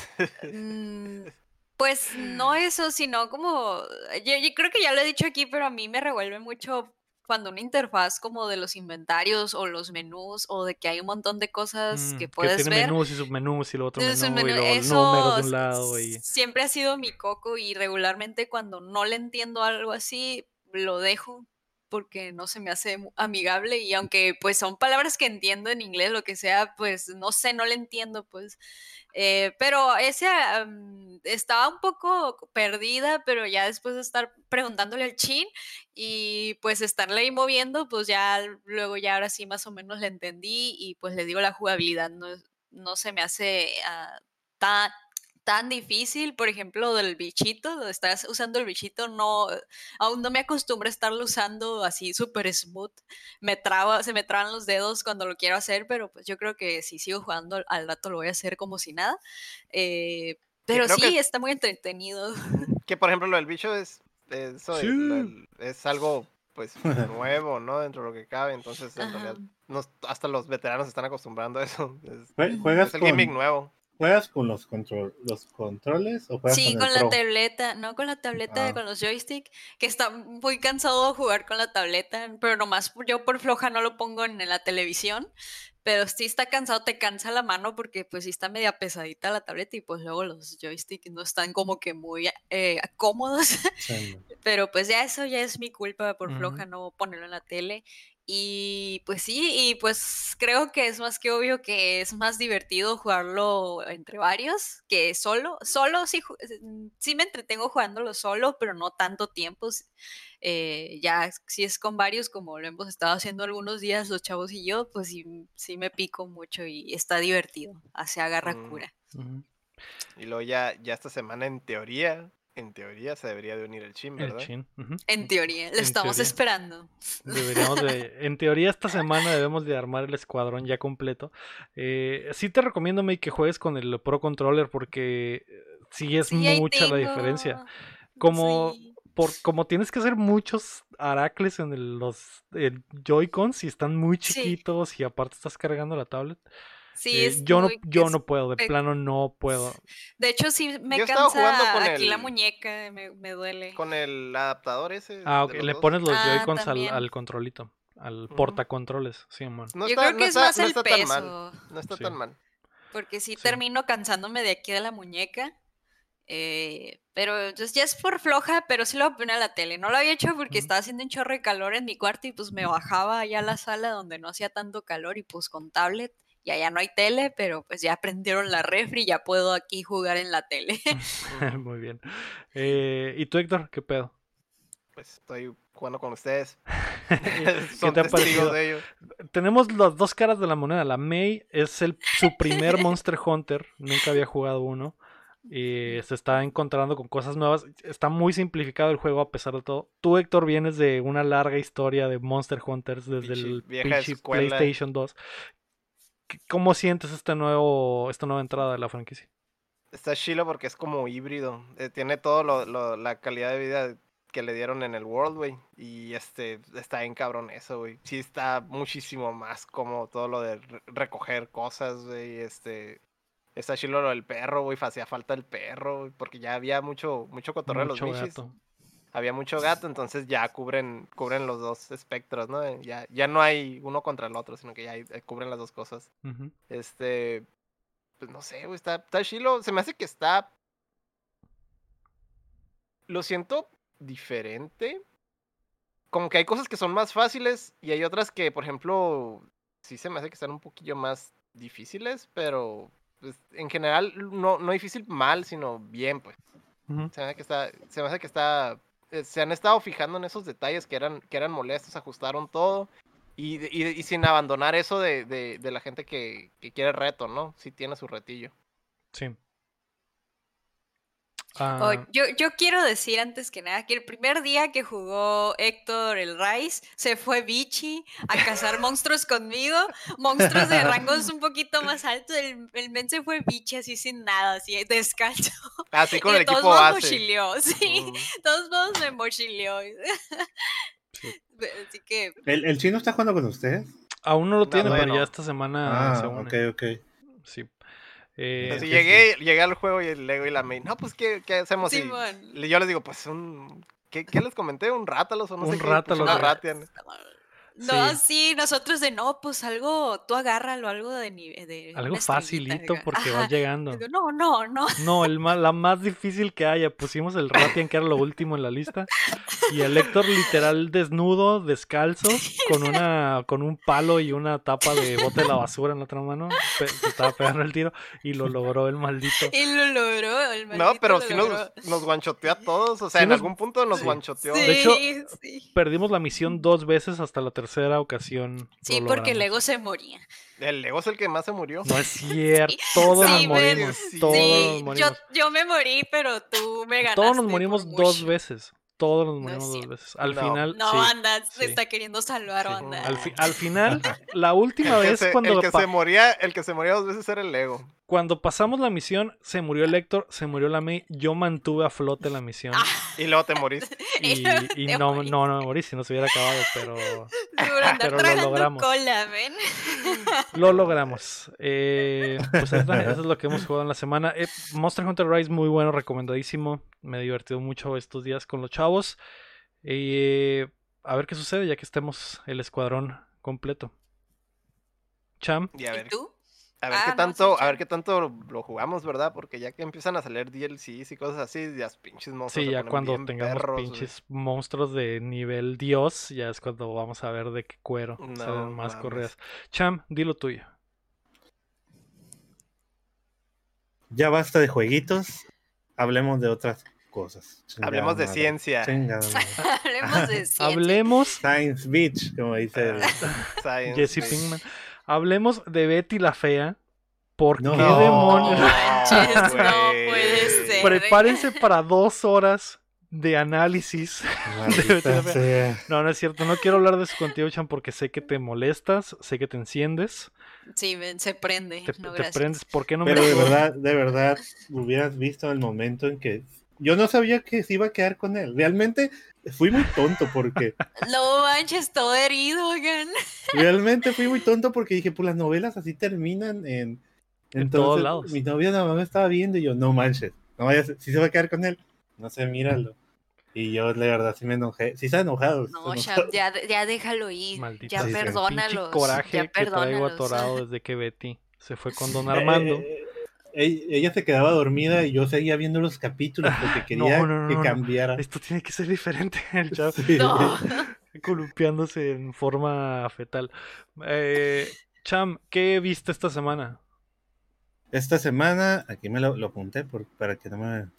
Pues no eso, sino como, yo creo que ya lo he dicho aquí, pero a mí me revuelve mucho cuando una interfaz como de los inventarios o los menús o de que hay un montón de cosas que Que puedes tiene ver. menús y submenús y lo otro Esos menú y luego números eso de un lado y... siempre ha sido mi coco y regularmente cuando no le entiendo algo así, lo dejo porque no se me hace amigable y aunque pues son palabras que entiendo en inglés, lo que sea, pues no sé, no le entiendo pues. Pero ese estaba un poco perdida, pero ya después de estar preguntándole al chin y pues estarle ahí moviendo, pues ya luego ya ahora sí más o menos le entendí y pues le digo la jugabilidad no se me hace tan difícil, por ejemplo, del bichito, donde estás usando el bichito, aún no me acostumbro a estarlo usando así súper smooth, se me traban los dedos cuando lo quiero hacer, pero pues yo creo que si sigo jugando al rato lo voy a hacer como si nada, pero creo sí, que, está muy entretenido. que por ejemplo lo del bicho eso Sí. es algo pues nuevo, ¿no? Dentro de lo que cabe, entonces en realidad hasta los veteranos se están acostumbrando a eso. ¿Juegas Es el gimmick nuevo. con los controles o juegas Sí, con el con la Pro? tableta, no con la tableta, Ah, con los joystick, que está muy cansado de jugar con la tableta, pero nomás yo por floja no lo pongo en la televisión, pero sí está cansado, te cansa la mano porque pues sí está media pesadita la tableta y pues luego los joysticks no están como que muy cómodos, sí. Pero pues ya eso ya es mi culpa por Ujú. floja no ponerlo en la tele. Y pues sí, y pues creo que es más que obvio que es más divertido jugarlo entre varios que solo. Solo sí, sí me entretengo jugándolo solo, pero no tanto tiempo. Ya si es con varios, como lo hemos estado haciendo algunos días los chavos y yo, pues sí, sí me pico mucho y está divertido. Así agarra Mm, cura. Ujú. Y luego ya esta semana en teoría se debería de unir el Shin, El ¿verdad? chin. Ujú. En teoría, lo En estamos teoría. esperando. Deberíamos de, en teoría esta semana debemos de armar el escuadrón ya completo. Sí te recomiendo, May, que juegues con el Pro Controller porque sí es Sí, ahí mucha la diferencia. tengo. Como, Sí. como tienes que hacer muchos aracles en los Joy-Cons y están muy Sí, chiquitos y aparte estás cargando la tablet. sí, es Yo no, muy... yo no puedo, de plano no puedo. De hecho, sí Yo me estaba jugando cansa aquí la muñeca, me duele. con el adaptador ese Ah, ok, de los le dos. pones los Ah, Joy-Cons también. al controlito, al Ujú. portacontroles, sí, man. No Yo está, creo no que es está, más no el está tan mal. peso, No está Sí, tan mal. porque sí sí. termino cansándome de aquí de la muñeca. Pero pues, ya es por floja, pero sí lo voy a poner a la tele. No lo había hecho porque Ujú. estaba haciendo un chorro de calor en mi cuarto y pues me bajaba allá a la sala donde no hacía tanto calor y pues con tablet. Y allá no hay tele, pero pues ya prendieron la refri y ya puedo aquí jugar en la tele. Ujú. Muy bien. ¿Y tú, Héctor, qué pedo? Pues estoy jugando con ustedes. ¿Qué Son te ha testigos parecido? de ello. Tenemos las dos caras de la moneda. La May es su primer Monster Hunter. Nunca había jugado uno. Y se está encontrando con cosas nuevas. Está muy simplificado el juego a pesar de todo. Tú, Héctor, vienes de una larga historia de Monster Hunters desde el Vieja pinche escuela. PlayStation 2. ¿Cómo sientes esta nueva entrada de la franquicia? Está chilo porque es como híbrido. Tiene todo la calidad de vida que le dieron en el World, güey. Y está bien cabrón eso, güey. Sí está muchísimo más como todo lo de recoger cosas, güey. Está chilo lo del perro, güey. Hacía falta el perro, güey, porque ya había mucho cotorreo de los Mucho Mishis. gato. Había mucho gato, entonces ya cubren los dos espectros, ¿no? Ya no hay uno contra el otro, sino que cubren las dos cosas. Ujú. Pues no sé, güey, está chilo. Se me hace que está. Lo siento diferente. Como que hay cosas que son más fáciles y hay otras que, por ejemplo, sí se me hace que están un poquillo más difíciles, pero pues, en general no difícil mal, sino bien, pues. Ujú. Se me hace que está. Se han estado fijando en esos detalles que eran molestos, ajustaron todo. Y sin abandonar eso de la gente que quiere reto, ¿no? Sí tiene su retillo. Sí. Oh, Ah, yo quiero decir antes que nada que el primer día que jugó Héctor el Rice se fue Bichi a cazar monstruos conmigo, monstruos de rangos un poquito más altos. El men se fue Bichi así sin nada, así descalzo. Así Y con de el todos equipo modos base. mochileó, sí, Mm. de todos modos me mochileó. sí. Así que ¿El chino está jugando con ustedes? Aún no lo No, tiene, todavía pero ya no. esta semana se Ah, ok, une. ok. Sí. Entonces Sí, sí. llegué al juego y el Lego y la main. No, pues, ¿qué hacemos? Y Simón. yo les digo, pues, ¿qué les comenté? ¿Un Rátalos o no sé Un qué? Pues Rátalos, una No, güey. Ratian. no, Sí. sí, nosotros de no, pues algo, tú agárralo, algo de Algo una estrellita. facilito porque vas Ajá. llegando. No, no, no. No, la más difícil que haya. Pusimos el Ratian, que era lo último en la lista. Y el Héctor literal desnudo, descalzo, con un palo y una tapa de bote de la basura en la otra mano. Se estaba pegando el tiro y lo logró el maldito. Y lo logró, el No, maldito pero lo sí logró. nos guanchoteó a todos. O sea, Sí en nos... algún punto nos Sí. guanchoteó. De hecho, Sí, sí. perdimos la misión 2 veces, hasta la tercera ocasión lo Sí, porque el logramos. ego se moría. El Lego es el que más se murió. No es Sí, cierto, todos nos sí, Claro que morimos, sí. todos nos sí, morimos. yo me morí, pero tú me Todos nos ganaste por morimos 2 mucho. veces, todos nos No es morimos 2 cierto. veces. Al No. final, No, sí, anda, te sí, está queriendo salvar, sí. anda. Al final, la última vez El que se moría 2 veces era el Lego. cuando pasamos la misión, se murió el Héctor, se murió la May, yo mantuve a flote la misión. Y luego te moriste. Y Te no morís. me morí si no se hubiera acabado, Por andar pero lo tragando logramos. cola, ven. Lo logramos. Pues ahí está, eso es lo que hemos jugado en la semana. Monster Hunter Rise, muy bueno, recomendadísimo. Me he divertido mucho estos días con los chavos. A ver qué sucede ya que estemos el escuadrón completo. Cham, Y a ¿Y ver. tú? A ver Ah, qué no, sí, tanto, a chale. ver qué tanto lo jugamos, ¿verdad? Porque ya que empiezan a salir DLCs y cosas así, las pinches monstruos Sí, se ya ponen cuando bien tengamos perros, güey. pinches monstruos de nivel Dios, ya es cuando vamos a ver de qué cuero salen No más mames. correas. Cham, dilo tuyo. Ya basta de jueguitos, hablemos de otras cosas. Chingada Hablemos de madre. ciencia. Chingada madre. Hablemos de ciencia. Hablemos, Science Beach, como dice el... Science Jesse Beach. Pinkman, hablemos de Betty la Fea. ¿Por No. qué demonios? Manches, no güey. puede ser. Prepárense para 2 horas de análisis de Betty la Maldita Fea. sea. No, no es cierto. No quiero hablar de eso contigo, Chan, porque sé que te molestas, sé que te enciendes, Sí, se prende. No, te gracias. prendes. ¿Por qué no me Pero puedo- de verdad, hubieras visto el momento en que yo no sabía que se iba a quedar con él. Realmente fui muy tonto porque No manches, todo herido, oigan. realmente fui muy tonto porque dije, pues las novelas así terminan en... en todos Entonces, lados? mi novia nada más me estaba viendo y yo, no manches, no vayas, si se va a quedar con él, no sé, míralo. Y yo, la verdad, sí me enojé, sí está enojado. Está No, enojado. Sham, ya déjalo ir. Maldita Ya Sí, sí. sea, el pinche perdónalos. coraje Ya que traigo perdónalos. atorado desde que Betty se fue con Don Eh, Armando. ella se quedaba dormida y yo seguía viendo los capítulos porque No, quería no, no, que no, no. cambiara. Esto tiene que ser diferente. El chavo Sí. No. columpiándose en forma fetal. Cham, ¿qué viste esta semana? Esta semana, aquí me lo apunté para que no me...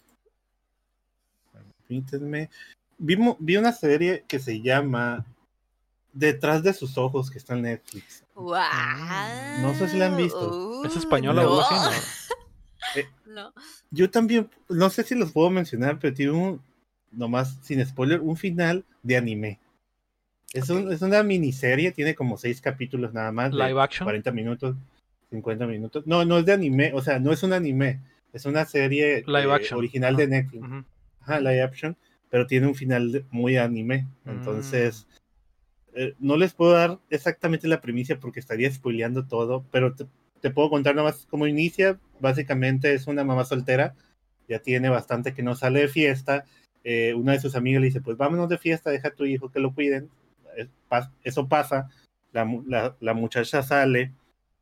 Permítanme. Vi una serie que se llama Detrás de sus ojos, que está en Netflix. Wow. No sé si la han visto. ¿Es española o No. algo así? No. No. Yo también, no sé si los puedo mencionar, pero tiene nomás sin spoiler, un final de anime. Es, Ok. es una miniserie, tiene como 6 capítulos nada más, de Live action. 40 minutos, 50 minutos. No, no es de anime, o sea, no es un anime, es una serie Live action. original de Netflix. Ujú. Ajá, live action, pero tiene un final muy anime. Entonces, no les puedo dar exactamente la primicia porque estaría spoileando todo, pero te puedo contar nomás cómo inicia. Básicamente es una mamá soltera, ya tiene bastante que no sale de fiesta. Una de sus amigas le dice, pues vámonos de fiesta, deja a tu hijo que lo cuiden. Eso pasa, la muchacha sale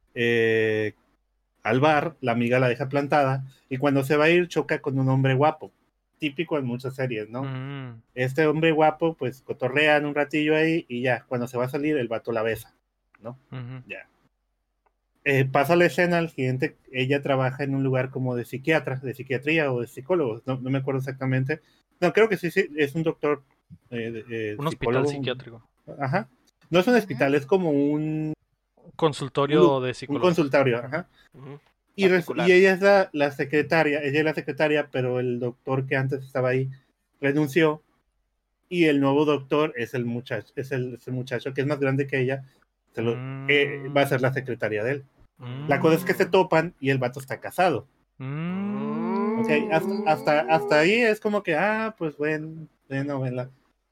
al bar, la amiga la deja plantada y cuando se va a ir choca con un hombre guapo, típico en muchas series, ¿no? Este hombre guapo, pues cotorrean un ratillo ahí y ya, cuando se va a salir, el vato la besa, ¿no? Ya. Pasa la escena, al siguiente, ella trabaja en un lugar como de psiquiatría o de psicólogo, no me acuerdo exactamente. No, creo que sí, es un doctor, un hospital psicólogo. psiquiátrico. Ajá. No es un hospital, es como un Consultorio de un psicólogos. consultorio, ajá. Ujú. Y ella es la secretaria, ella es la secretaria, pero el doctor que antes estaba ahí renunció y el nuevo doctor es el muchacho, es el muchacho que es más grande que ella, va a ser la secretaria de él. La cosa es que se topan y el vato está casado. Okay, hasta ahí es como que, pues bueno, novela.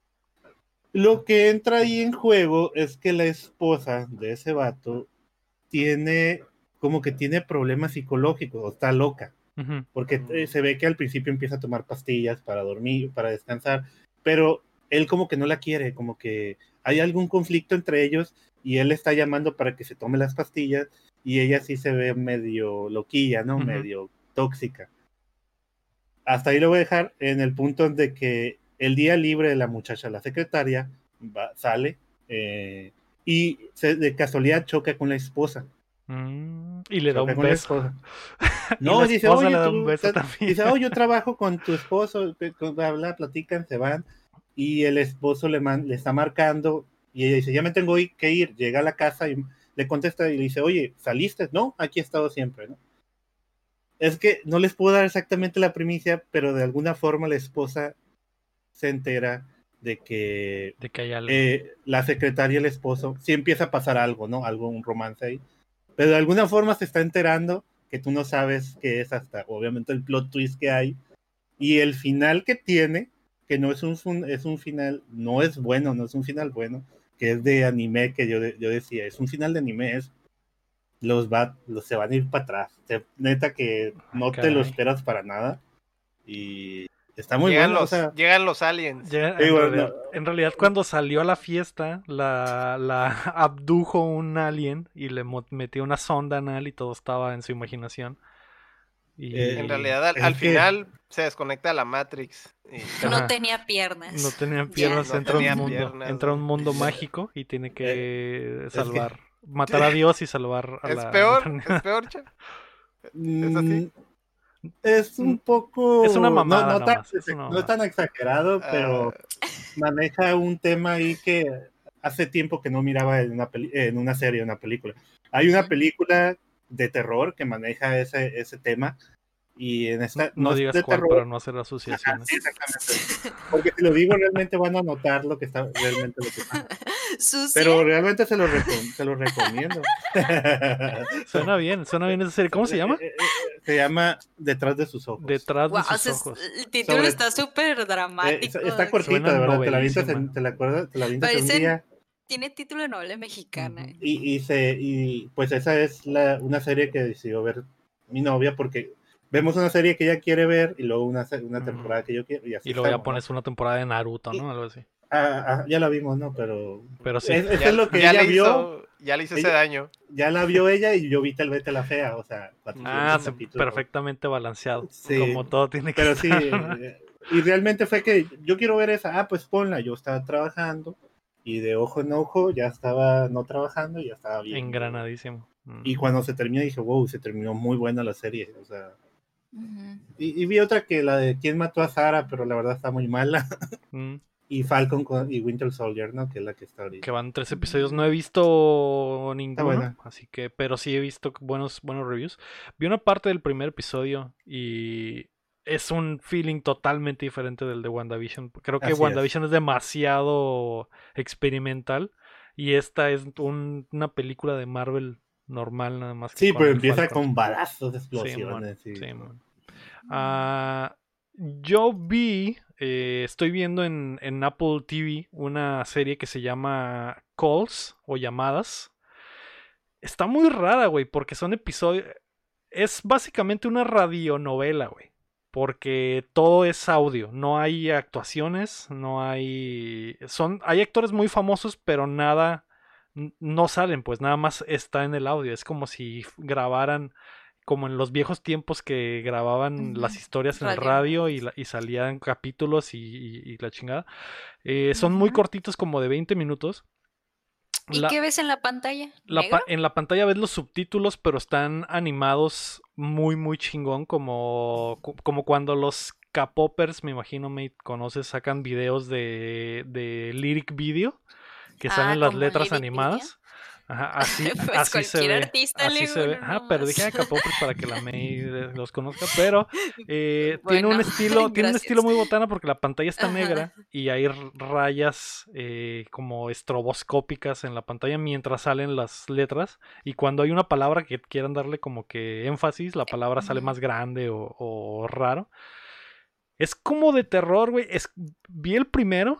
Lo que entra ahí en juego es que la esposa de ese vato tiene problemas psicológicos, o está loca. Porque se ve que al principio empieza a tomar pastillas para dormir, para descansar, pero él como que no la quiere, como que hay algún conflicto entre ellos y él está llamando para que se tome las pastillas y ella sí se ve medio loquilla, ¿no? Medio tóxica. Hasta ahí lo voy a dejar en el punto de que el día libre de la muchacha, la secretaria, sale y de casualidad choca con la esposa. Y le da un beso. No, y dice, oye, le da un beso también. Dice, yo trabajo con tu esposo, platican, se van, y el esposo le está marcando, y ella dice, ya me tengo que ir, llega a la casa y le contesta y le dice, oye, ¿saliste? No, aquí he estado siempre, ¿no? Es que no les puedo dar exactamente la primicia, pero de alguna forma la esposa se entera de que hay algo. La secretaria y el esposo, sí empieza a pasar algo, ¿no? Un romance ahí. Pero de alguna forma se está enterando que tú no sabes qué es hasta, obviamente, el plot twist que hay. Y el final que tiene, que no es un final, no es bueno, no es un final bueno, que es de anime, que yo decía, es un final de anime, se van a ir para atrás. Neta que no te lo esperas para nada. Y está muy Llegan bueno. los, O sea, llegan los aliens. Ya, sí, bueno, en realidad cuando salió a la fiesta, la abdujo un alien y le metió una sonda anal y todo estaba en su imaginación. En Y realidad, al es que final se desconecta la Matrix. Y No Ajá. tenía no piernas. tenía Ya. piernas, no entra a un tenía mundo, piernas. entra a un mundo güey. mágico y tiene que es que salvar, matar a Dios y salvar a ¿Es la peor? ¿Es humanidad. peor, Cha? ¿Es mm, así? es un Es una poco, mamada no tan, nomás, es una no mamada. tan exagerado, Ah, pero maneja un tema ahí que hace tiempo que no miraba en una serie, en una película. Hay una Ujú. película de terror que maneja ese tema y en esta no No es digas de cuál para terror. no hacer Sí, asociaciones. exactamente. Porque si lo digo realmente van a notar lo que está realmente lo que pasa. ¿Sucia? Pero realmente se lo recomiendo. Suena bien esa serie. ¿Cómo se llama? Se llama Detrás de sus ojos. Detrás de Wow, sus ojos. el título Sobre, está súper dramático. está cortita, Suena de verdad. novelísima. Te la acuerdas, te la avientas en un Parecen, día. tiene título de novela mexicana. Ujú. Y pues esa es una serie que decidió ver mi novia porque vemos una serie que ella quiere ver y luego una temporada que yo quiero y así Y luego ya estamos, ¿no? pones una temporada de Naruto, Y, ¿no? Algo así. ya la vimos, ¿no? Pero Pero sí. eso es lo que ella vio. ya le hizo ese Ella, daño. ya la vio ella y yo vi Tal vez la fea, o sea, 400 Sí, capítulos. perfectamente balanceado. Sí, Como todo tiene que pero estar. sí, y realmente fue que yo quiero ver esa, pues ponla, yo estaba trabajando y de ojo en ojo ya estaba no trabajando y ya estaba viendo. Engranadísimo. Y cuando se terminó dije, wow, se terminó muy buena la serie, o sea. Ujú. Y vi otra que la de ¿Quién mató a Sara? Pero la verdad está muy mala. Mm, Y Falcon y Winter Soldier, ¿no? Que es la que está que ahorita. van 3 episodios. No he visto Está ninguno. buena. Así que, pero sí he visto buenos reviews. Vi una parte del primer episodio y es un feeling totalmente diferente del de WandaVision. Creo que Así es. WandaVision es demasiado experimental. Y esta es una película de Marvel normal, nada más que Sí, con pero el empieza Falcon. con balazos, Sí, mon, explosiones. Y, sí, ¿no? mon. Yo vi, estoy viendo en Apple TV una serie que se llama Calls o Llamadas. Está muy rara, güey, porque son episodios. Es básicamente una radionovela, güey. Porque todo es audio, no hay actuaciones, no hay. Hay actores muy famosos, pero nada. No salen, pues nada más está en el audio. Es como si grabaran como en los viejos tiempos que grababan Ujú. las historias en el Radio radio novelas. y salían capítulos y la chingada. Son muy Ujú. cortitos, como de 20 minutos. ¿Y La, qué ves en la pantalla? ¿Negro? en la pantalla ves los subtítulos, pero están animados muy, muy chingón, como cuando los K-popers, me imagino, me conoces, sacan videos de lyric video, que salen las Como letras Lyric Video. animadas. Ajá, así, Pues así se cualquier ve, artista así le se ve. uno Ajá, pero nomás. dije K-popers para que la May los conozca, pero Bueno, tiene un estilo gracias. muy botana porque la pantalla está Ajá. negra y hay rayas como estroboscópicas en la pantalla mientras salen las letras y cuando hay una palabra que quieran darle como que énfasis, la palabra sale Ujú. más grande o raro. Es como de terror, güey. Vi el primero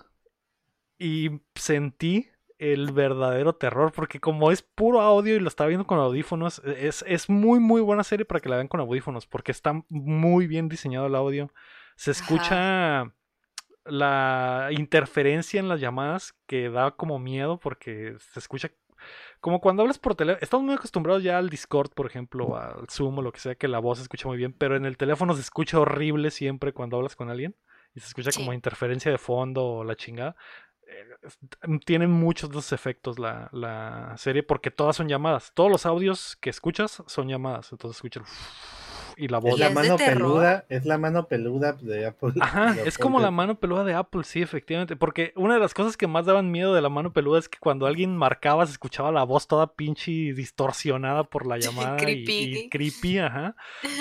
y sentí el verdadero terror, porque como es puro audio y lo estaba viendo con audífonos, es muy muy buena serie para que la vean con audífonos, porque está muy bien diseñado el audio. Se Ajá. escucha la interferencia en las llamadas que da como miedo, porque se escucha como cuando hablas por teléfono. Estamos muy acostumbrados ya al Discord, por ejemplo, al Zoom o lo que sea, que la voz se escucha muy bien, pero en el teléfono se escucha horrible siempre cuando hablas con alguien y se escucha como Sí. interferencia de fondo o la chingada. Tiene muchos de esos efectos la serie porque todas son llamadas. Todos los audios que escuchas son llamadas. Entonces escuchas y la Es voz ¿Y la es de mano terror? peluda, es la mano peluda de Apple. Ajá, de es Apple como la que- mano peluda de Apple, sí, efectivamente. Porque una de las cosas que más daban miedo de la mano peluda es que cuando alguien marcaba se escuchaba la voz toda pinche distorsionada por la llamada y Creepy. creepy, ajá.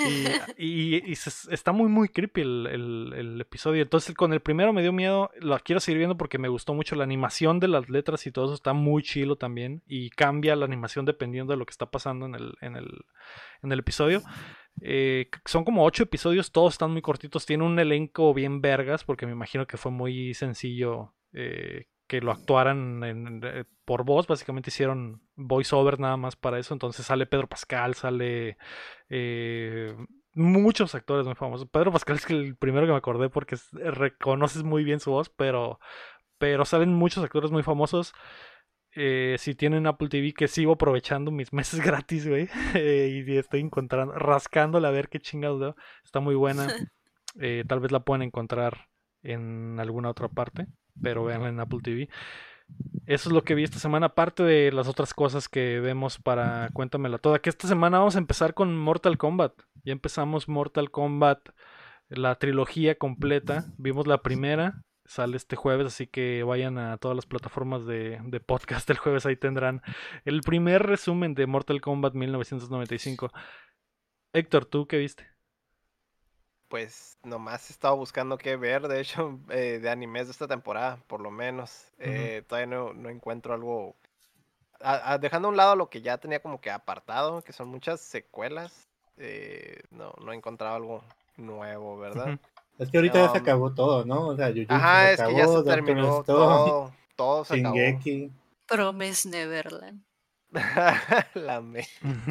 Está muy, muy creepy el episodio. Entonces, con el primero me dio miedo. Lo quiero seguir viendo porque me gustó mucho la animación de las letras y todo eso. Está muy chilo también. Y cambia la animación dependiendo de lo que está pasando en el episodio. Son como 8 episodios, todos están muy cortitos. Tiene un elenco bien vergas, porque me imagino que fue muy sencillo que lo actuaran por voz. Básicamente hicieron voiceover nada más para eso. Entonces sale Pedro Pascal, sale muchos actores muy famosos. Pedro Pascal es el primero que me acordé porque reconoces muy bien su voz, pero salen muchos actores muy famosos. Si tienen Apple TV, que sigo aprovechando mis meses gratis, güey. Y estoy encontrando, rascándola a ver qué chingados veo. Está muy buena. Tal vez la puedan encontrar en alguna otra parte, pero véanla en Apple TV. Eso es lo que vi esta semana, aparte de las otras cosas que vemos para Cuéntamela Toda. Que esta semana vamos a empezar con Mortal Kombat. Ya empezamos Mortal Kombat, la trilogía completa. Vimos la primera, sale este jueves, así que vayan a todas las plataformas de podcast el jueves. Ahí tendrán el primer resumen de Mortal Kombat 1995. Héctor, ¿tú qué viste? Pues nomás he estado buscando qué ver, de hecho, de animes de esta temporada, por lo menos. Todavía no encuentro algo. Dejando a un lado lo que ya tenía como que apartado, que son muchas secuelas, no he encontrado algo nuevo, ¿verdad? Ujú. Es que ahorita ya se Um, acabó todo, ¿no? O sea, Jujutsu se Ajá, es que ya acabó, se Doctor terminó Stone, todo se acabó. Shingeki. Promise Neverland. La me.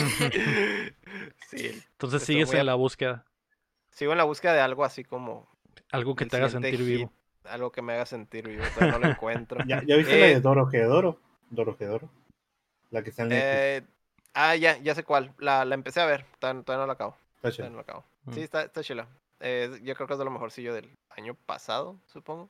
Sí, Entonces estoy sigues muy en la búsqueda. sigo en la búsqueda de algo así como Algo que el te haga siguiente sentir hit, vivo. algo que me haga sentir vivo, todavía no lo encuentro. ¿Ya viste la de Dorohedoro? Dorohedoro. La que está en Netflix. Ya sé cuál. La empecé a ver, todavía no la acabo. Está Todavía chido. no la acabo. Mm. Sí, está chila. Yo creo que es de lo mejorcillo del año pasado, supongo.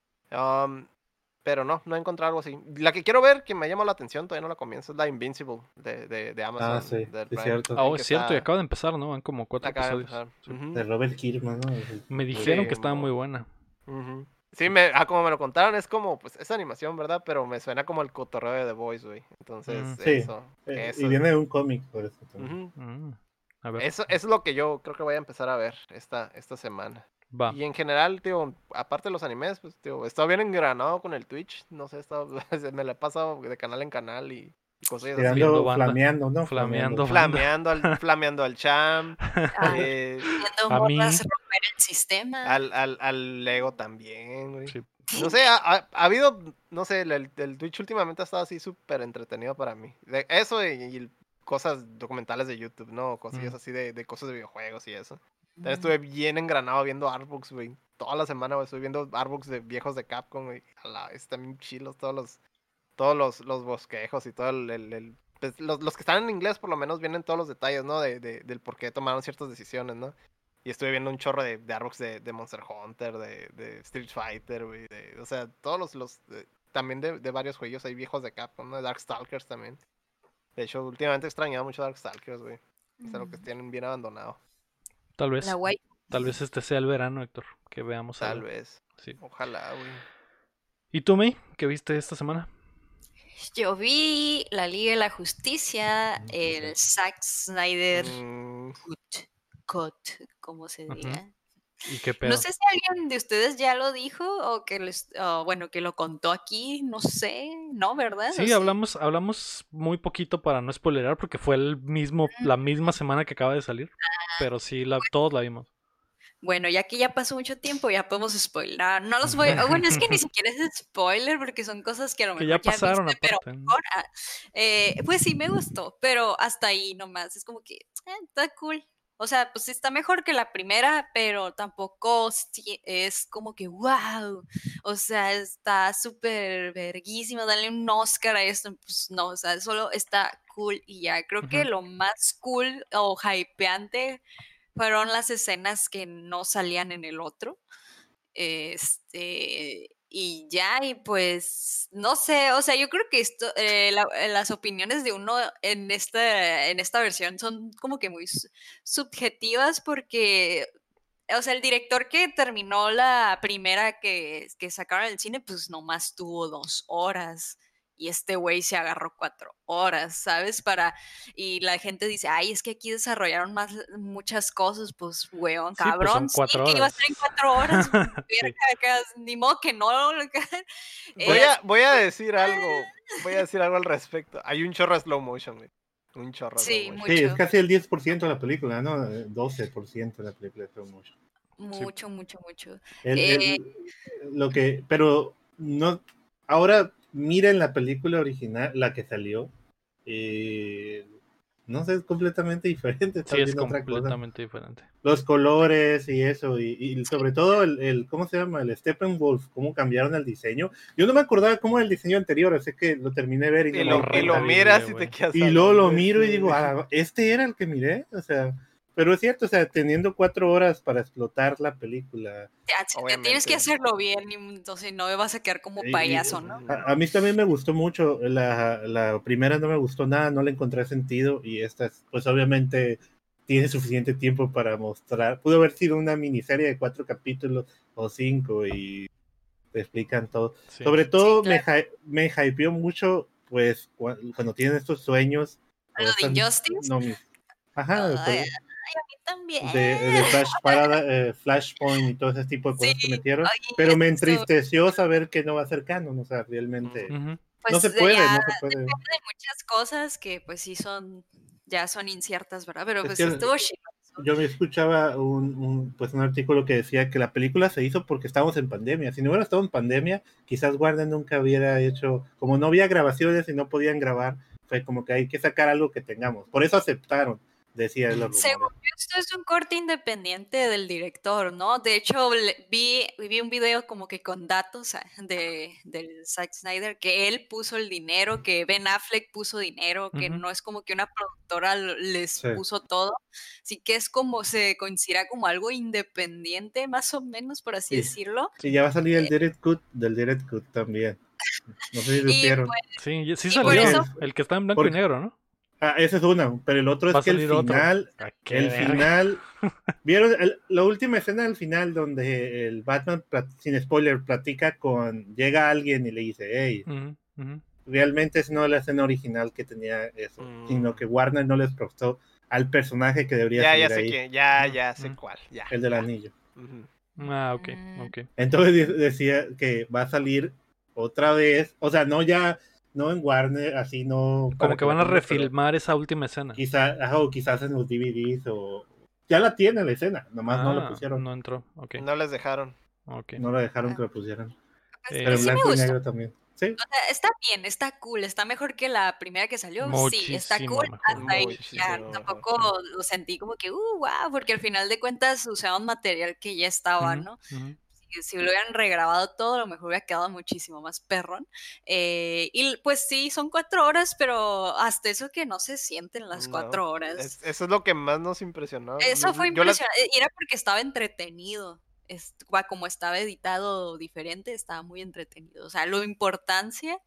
Pero no he encontrado algo así. La que quiero ver, que me llama la atención, todavía no la comienzo, es la Invincible de Amazon, Sí, del es Prime. cierto. Oh, Que es cierto, y está, acaba de empezar, ¿no? Van como 4 acaba de episodios. empezar. Sí. Ujú. De Robert Kirkman, ¿no? Me dijeron Sí, que estaba muy buena. Ujú. Sí, como me lo contaron, es como, pues, es animación, ¿verdad? Pero me suena como el cotorreo de The Voice, güey. Entonces, Sí. Y eso, viene de un cómic, por eso también. ujú. A ver, Eso es lo que yo creo que voy a empezar a ver esta semana. va. Y en general, tío, aparte de los animes, pues, tío, he estado bien engranado con el Twitch. No sé, me la he pasado de canal en canal y cosillas así. Viendo Tirando, banda. flameando, ¿no? Flameando banda. Flameando al champ, Ah, eh, viendo A mí. morras romper el sistema. al Lego también, güey. Sí. No sé, ha habido, no sé, el Twitch últimamente ha estado así súper entretenido para mí. Eso y cosas documentales de YouTube, ¿no? Cosillas así de cosas de videojuegos y eso. También estuve bien engranado viendo artbooks, güey. Toda la semana, güey, estoy viendo artbooks de viejos de Capcom, güey. Están bien chilos todos los bosquejos y todo pues, los que están en inglés por lo menos vienen todos los detalles, ¿no? Del por qué tomaron ciertas decisiones, ¿no? Y estuve viendo un chorro de artbooks de Monster Hunter, de Street Fighter, güey. O sea, todos también de varios juegos hay viejos de Capcom, ¿no? De Darkstalkers también. De hecho, últimamente he extrañado mucho Darkstalkers, güey. Es algo que tienen bien abandonado. Tal La vez. guay. Tal vez este sea el verano, Héctor. Que veamos Tal algo. vez. Sí. Ojalá, güey. ¿Y tú, May? ¿Qué viste esta semana? Yo vi la Liga de la Justicia, el Zack Snyder Mm, Cut, como se diga. ¿Y qué No pedo? sé si alguien de ustedes ya lo dijo o bueno, que lo contó aquí, no sé, ¿no? ¿Verdad? Sí, hablamos muy poquito para no spoilerar porque fue la misma semana que acaba de salir. Pero sí, todos la vimos. Bueno, ya que ya pasó mucho tiempo, ya podemos spoiler. No los voy. Bueno, es que ni siquiera es spoiler porque son cosas que a lo Que mejor ya ya pasaron viste, pero aparte. mejor. Pues sí, me gustó, pero hasta ahí nomás. Es como que está cool. O sea, pues sí está mejor que la primera, pero tampoco es como que wow. O sea, está súper verguísimo. Dale un Oscar a esto. Pues no, o sea, solo está cool y ya. Creo que lo más cool o hypeante fueron las escenas que no salían en el otro. Y ya, y pues, no sé, o sea, yo creo que las opiniones de uno en esta versión son como que muy subjetivas porque, o sea, el director que terminó la primera que sacaron del cine, pues nomás tuvo 2 horas. Y este güey se agarró 4 horas, ¿sabes? Y la gente dice, ay, es que aquí desarrollaron muchas cosas, pues, weón, Sí, pues son cabrón, sí, 4 que iba a horas. ser en 4 horas, Sí. ni modo que no. voy a decir algo. Voy a decir algo al respecto. Hay un chorro de slow motion, güey. Un chorro de slow Sí, motion. Sí, es mucho, casi el 10% de la película, ¿no? 12% de la película de slow motion. Sí. mucho. Pero no, ahora miren la película original, la que salió. no sé, es completamente diferente. Estás Sí, es viendo otra cosa. completamente diferente. Los colores y eso, y sobre todo ¿cómo se llama? El Steppenwolf, cómo cambiaron el diseño. Yo no me acordaba cómo era el diseño anterior, así que lo terminé de ver Y no me lo acuerdo. miras y te quedas. Y luego lo miro y digo, este era el que miré, o sea, pero es cierto, o sea, teniendo 4 horas para explotar la película. Tienes que hacerlo bien, entonces no me vas a quedar como payaso, ¿no? A mí también me gustó mucho, la primera no me gustó nada, no le encontré sentido, y esta, pues obviamente tiene suficiente tiempo para mostrar, pudo haber sido una miniserie de 4 capítulos o 5 y te explican todo. Sí. Sobre todo Sí, claro. me hypeó mucho, pues, cuando tienen estos sueños. ¿Lo de Injustice? Ajá, Ay, a mí también. de Flashpoint y todo ese tipo de cosas que metieron, ay, pero me entristeció saber que no va a ser canon, o sea, realmente pues no se puede. Depende de muchas cosas que pues sí ya son inciertas, ¿verdad? Pero Es pues que estuvo chido. yo me escuchaba pues un artículo que decía que la película se hizo porque estábamos en pandemia. Si no hubiera estado en pandemia, quizás Warner nunca hubiera hecho, como no había grabaciones y no podían grabar, fue como que hay que sacar algo que tengamos. Por eso aceptaron, decía los rumores. Según yo, esto es un corte independiente del director, ¿no? De hecho, vi un video como que con datos del Zack Snyder, que él puso el dinero, que Ben Affleck puso dinero, que no es como que una productora les puso todo. Así que es como, se considera como algo independiente, más o menos, por así decirlo. Y ya va a salir el Direct Cut también. No sé si supieron. Sí salió. El que está en blanco y negro, ¿no? Esa es una, pero el otro es que el final, ¿vieron la última escena del final donde el Batman, sin spoiler, llega alguien y le dice, hey, realmente es no la escena original que tenía eso, sino que Warner no les prestó al personaje que debería salir ahí. Ya sé cuál. El del anillo. Ok. Entonces decía que va a salir otra vez, o sea, no en Warner, así no. Como que van a refilmar esa última escena. Quizás en los DVDs o. Ya la tiene la escena, nomás no la pusieron. No entró, ok. No les dejaron. Okay. No la dejaron que la pusieron. Pero en blanco y negro también. Sí. O sea, está bien, está cool, está mejor que la primera que salió. Muchísimo sí, está cool. Mejor, hasta ahí ya tampoco lo sentí como que, wow, porque al final de cuentas usaban material que ya estaba, ¿no? Si lo hubieran regrabado todo, a lo mejor hubiera quedado muchísimo más perrón. Y pues sí, son 4 horas, pero hasta eso que no se sienten las 4 horas. Eso es lo que más nos impresionó. Eso fue impresionante. Y era porque estaba entretenido. Como estaba editado diferente, estaba muy entretenido. O sea, la importancia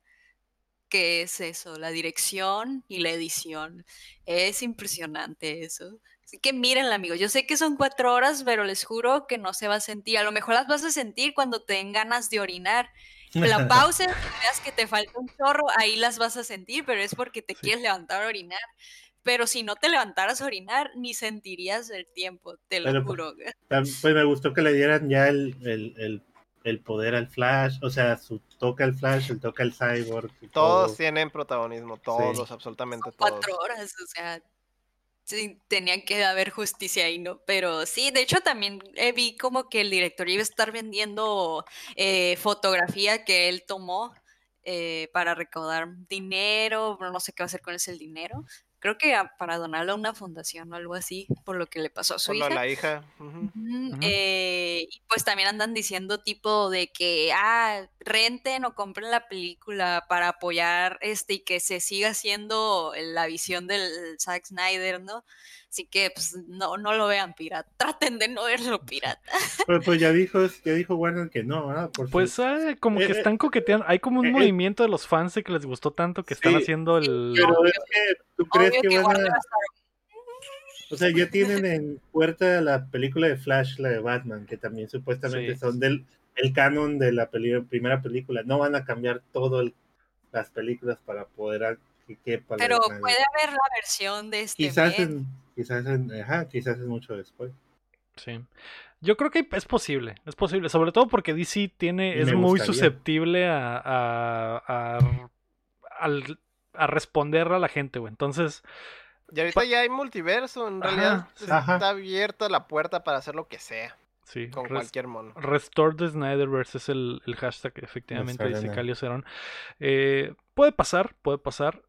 que es eso, la dirección y la edición. Es impresionante eso. Así que mírenla, amigos. Yo sé que son 4 horas, pero les juro que no se va a sentir. A lo mejor las vas a sentir cuando te den ganas de orinar. La pausa, veas que te falta un chorro, ahí las vas a sentir, pero es porque te quieres levantar a orinar. Pero si no te levantaras a orinar, ni sentirías el tiempo, te lo juro. Pues me gustó que le dieran ya el poder al Flash, o sea, toca el Flash, el toca el Cyborg. Todos tienen protagonismo, todos, absolutamente todos. 4 horas, o sea, sí, tenían que haber justicia ahí, ¿no? Pero sí, de hecho también vi como que el director iba a estar vendiendo fotografía que él tomó para recaudar dinero, pero no sé qué va a hacer con ese dinero. Creo que para donarlo a una fundación o algo así, por lo que le pasó a su hija. Por la hija. Y pues también andan diciendo tipo de que renten o compren la película para apoyar y que se siga haciendo la visión del Zack Snyder, ¿no? Así que pues no lo vean pirata, traten de no verlo pirata. Pues ya dijo Warner que no, ¿verdad? Pues como que están coqueteando, hay como un movimiento de los fans de que les gustó tanto que están haciendo el... Pero es que tú crees que van a... O sea, ya tienen en puerta la película de Flash, la de Batman, que también supuestamente son el canon de la primera película. No van a cambiar todas las películas para poder que quepa. Pero puede haber la versión de quizás es mucho después. Sí. Yo creo que es posible, sobre todo porque DC es muy susceptible a responder a la gente, güey. Entonces... Y ahorita ya hay multiverso, en realidad está abierta la puerta para hacer lo que sea. Sí, con cualquier mono. Restore the Snyderverse es el hashtag que efectivamente dice Calio Cerón. Puede pasar.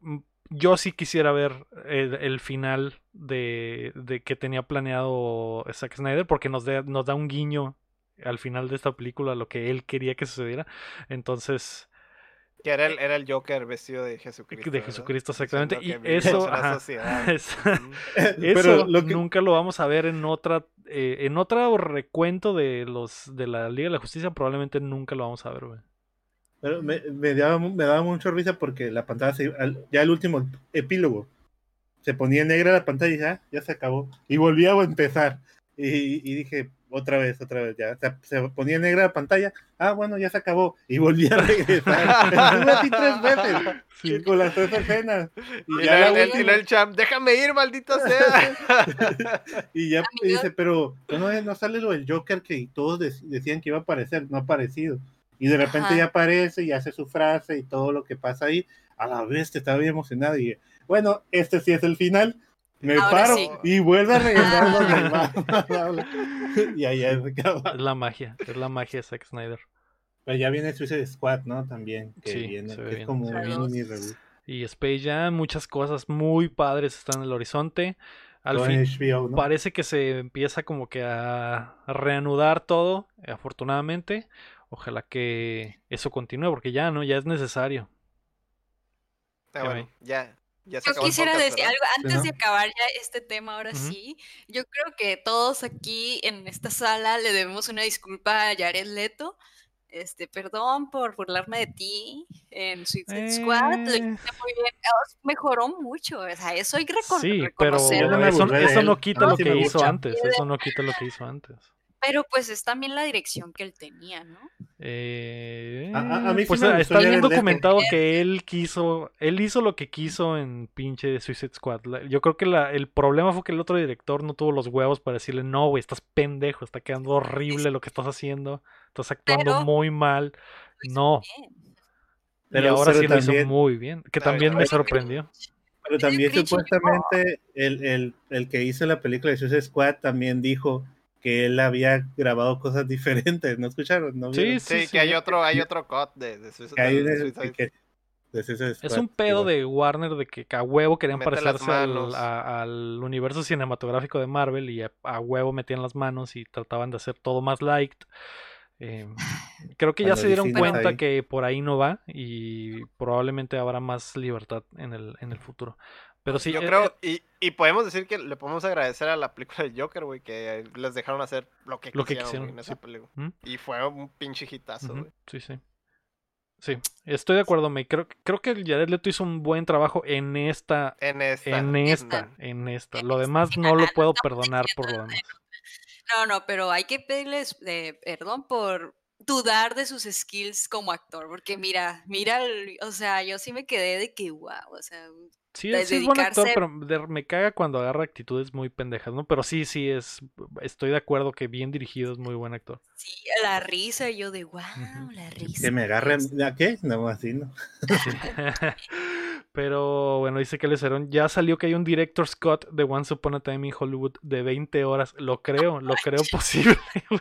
yo sí quisiera ver el final de que tenía planeado Zack Snyder, porque nos da un guiño al final de esta película, lo que él quería que sucediera. Entonces, Que era el Joker vestido de Jesucristo. de ¿verdad? Jesucristo, exactamente. Diciendo Y que vive eso, contra la ajá, sociedad. Pero eso lo que, nunca lo vamos a ver en otro recuento de la Liga de la Justicia. Probablemente nunca lo vamos a ver, güey. pero me daba mucho risa porque la pantalla, ya el último epílogo, se ponía negra la pantalla y ya se acabó. Y volvía a empezar. Y dije, otra vez, ya. Se ponía negra la pantalla. Bueno, ya se acabó. Y volvía a regresar. Estuve así 3 veces. Sí. Con las 3 escenas. Y ya la luego última- el champ, déjame ir, maldito sea. y ya Amigo. dice, pero no sale lo del Joker que todos decían que iba a aparecer, no ha aparecido. Y de repente Ajá. ya aparece y hace su frase y todo lo que pasa ahí. A la vez te estaba bien emocionado y dije, bueno, este sí es el final. Me Ahora paro sí. y vuelve a regresar Ah. donde va. Y ahí ya se acaba. Es la magia de Zack Snyder. Pero ya viene Suicide Squad, ¿no? También, que Sí, viene, se ve que es bien. como La un dos. mini reboot. Y Space Jam, muchas cosas muy padres están en el horizonte. Al Todo fin, en HBO, ¿no? parece que se empieza como que a reanudar todo, afortunadamente. Ojalá que eso continúe, porque ya es necesario. Bueno, ya se Yo acabó el quisiera podcast, decir ¿verdad? algo antes ¿no? de acabar ya este tema, ahora Ujú. sí. Yo creo que todos aquí en esta sala le debemos una disculpa a Jared Leto. Perdón por burlarme de ti en Suicide Squad. Lo hiciste muy bien. Mejoró mucho. O sea, eso hay que Sí, pero Yo no reconocerlo. me eso, burlé de eso él. no quita A mí lo sí que me hizo gusta. antes. Eso no quita lo que hizo antes. Pero pues es también la dirección que él tenía, ¿no? A mí sí Pues me gustó está bien Jared Leto. documentado que él hizo lo que quiso en pinche Suicide Squad. Yo creo que el problema fue que el otro director no tuvo los huevos para decirle, no, güey, estás pendejo, está quedando horrible lo que estás haciendo, estás actuando Pero muy mal. No, bien. y ahora sí lo hizo también, muy bien, que A ver, también me David sorprendió. pero también Cringe, supuestamente el que hizo la película de Suicide Squad también dijo que él había grabado cosas diferentes. ¿No escucharon? ¿No Sí, vieron? sí, Sí, sí. que hay otro cut de Que Suicide, hay de Suicide Es Squad. un pedo de Warner de que a huevo querían Mete las parecerse manos. al universo cinematográfico de Marvel y a huevo metían las manos y trataban de hacer todo más light. Creo que ya Cuando se dieron DC no está cuenta ahí. que por ahí no va y probablemente habrá más libertad en el futuro. Pero sí, Yo creo, y podemos decir que le podemos agradecer a la película de Joker, güey, que les dejaron hacer lo que lo que quisieron, güey, quisieron. en Sí. esa película. ¿Mm? Y fue un pinche hitazo, Ujú, güey. sí, sí. Sí, estoy de acuerdo, May. Creo que Jared Leto hizo un buen trabajo en esta. En esta. Lo demás no lo puedo perdonar por lo demás. No, pero hay que pedirles perdón por dudar de sus skills como actor, porque mira, o sea, yo sí me quedé de que wow, o sea, Sí, de sí es buen actor, dedicarse, pero me caga cuando agarra actitudes muy pendejas, ¿no? Pero sí, estoy de acuerdo que bien dirigido es muy buen actor. sí, la risa, y yo de wow, Ujú. la risa. Que me agarren. ¿A qué? No, así no. Sí. Pero bueno, dice que le hicieron. Ya salió que hay un director's cut de Once Upon a Time in Hollywood de 20 horas. Lo creo posible,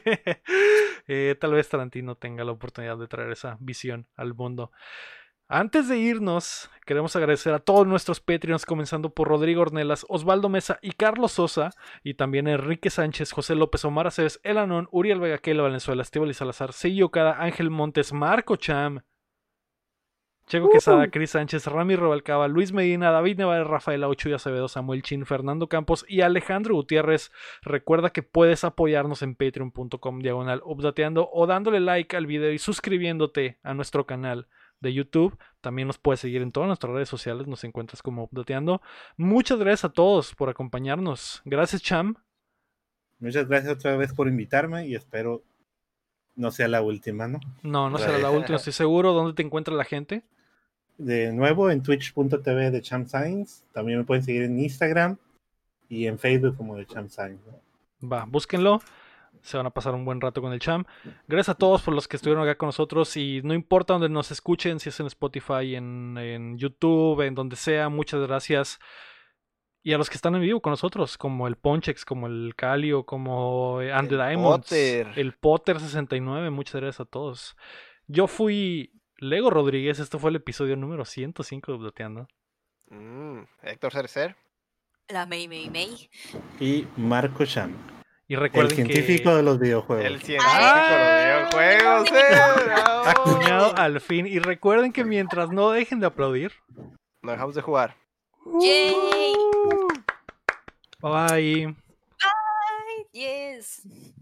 güey. Tal vez Tarantino tenga la oportunidad de traer esa visión al mundo. Antes de irnos, queremos agradecer a todos nuestros Patreons, comenzando por Rodrigo Ornelas, Osvaldo Mesa y Carlos Sosa, y también Enrique Sánchez, José López, Omar Aceves, El Anón, Uriel Vega, Keila Valenzuela, Estíbal y Salazar, Seiji Okada, Ángel Montes, Marco Cham, Checo Quesada, Cris Sánchez, Rami Robalcaba, Luis Medina, David Nevares, Rafael Aucho y Acevedo, Samuel Chin, Fernando Campos y Alejandro Gutiérrez. Recuerda que puedes apoyarnos en patreon.com/updateando o dándole like al video y suscribiéndote a nuestro canal de YouTube. También nos puedes seguir en todas nuestras redes sociales, nos encuentras como Updateando. Muchas gracias a todos por acompañarnos. Gracias, Cham. Muchas gracias otra vez por invitarme y espero no sea la última, ¿no? No será la última, estoy seguro. ¿Dónde te encuentra la gente? De nuevo en twitch.tv de Champ Science. También me pueden seguir en Instagram y en Facebook como de Champ Science, ¿no? Va, búsquenlo. Se van a pasar un buen rato con el Cham. Gracias a todos por los que estuvieron acá con nosotros. Y no importa donde nos escuchen, si es en Spotify, en YouTube, en donde sea, muchas gracias. Y a los que están en vivo con nosotros, como el Ponchex, como el Calio, como And the Diamonds, el Potter 69, muchas gracias a todos. Yo fui Lego Rodríguez, esto fue el episodio número 105 de Updateando. Héctor Cercer. La Mei Mei Mei. Y Marco Sham, Y el recuerden científico que de los videojuegos. El científico de los videojuegos. ¡Bravo! acuñado al fin. Y recuerden que mientras no dejen de aplaudir. No dejamos de jugar. ¡Yay! Bye. Yes.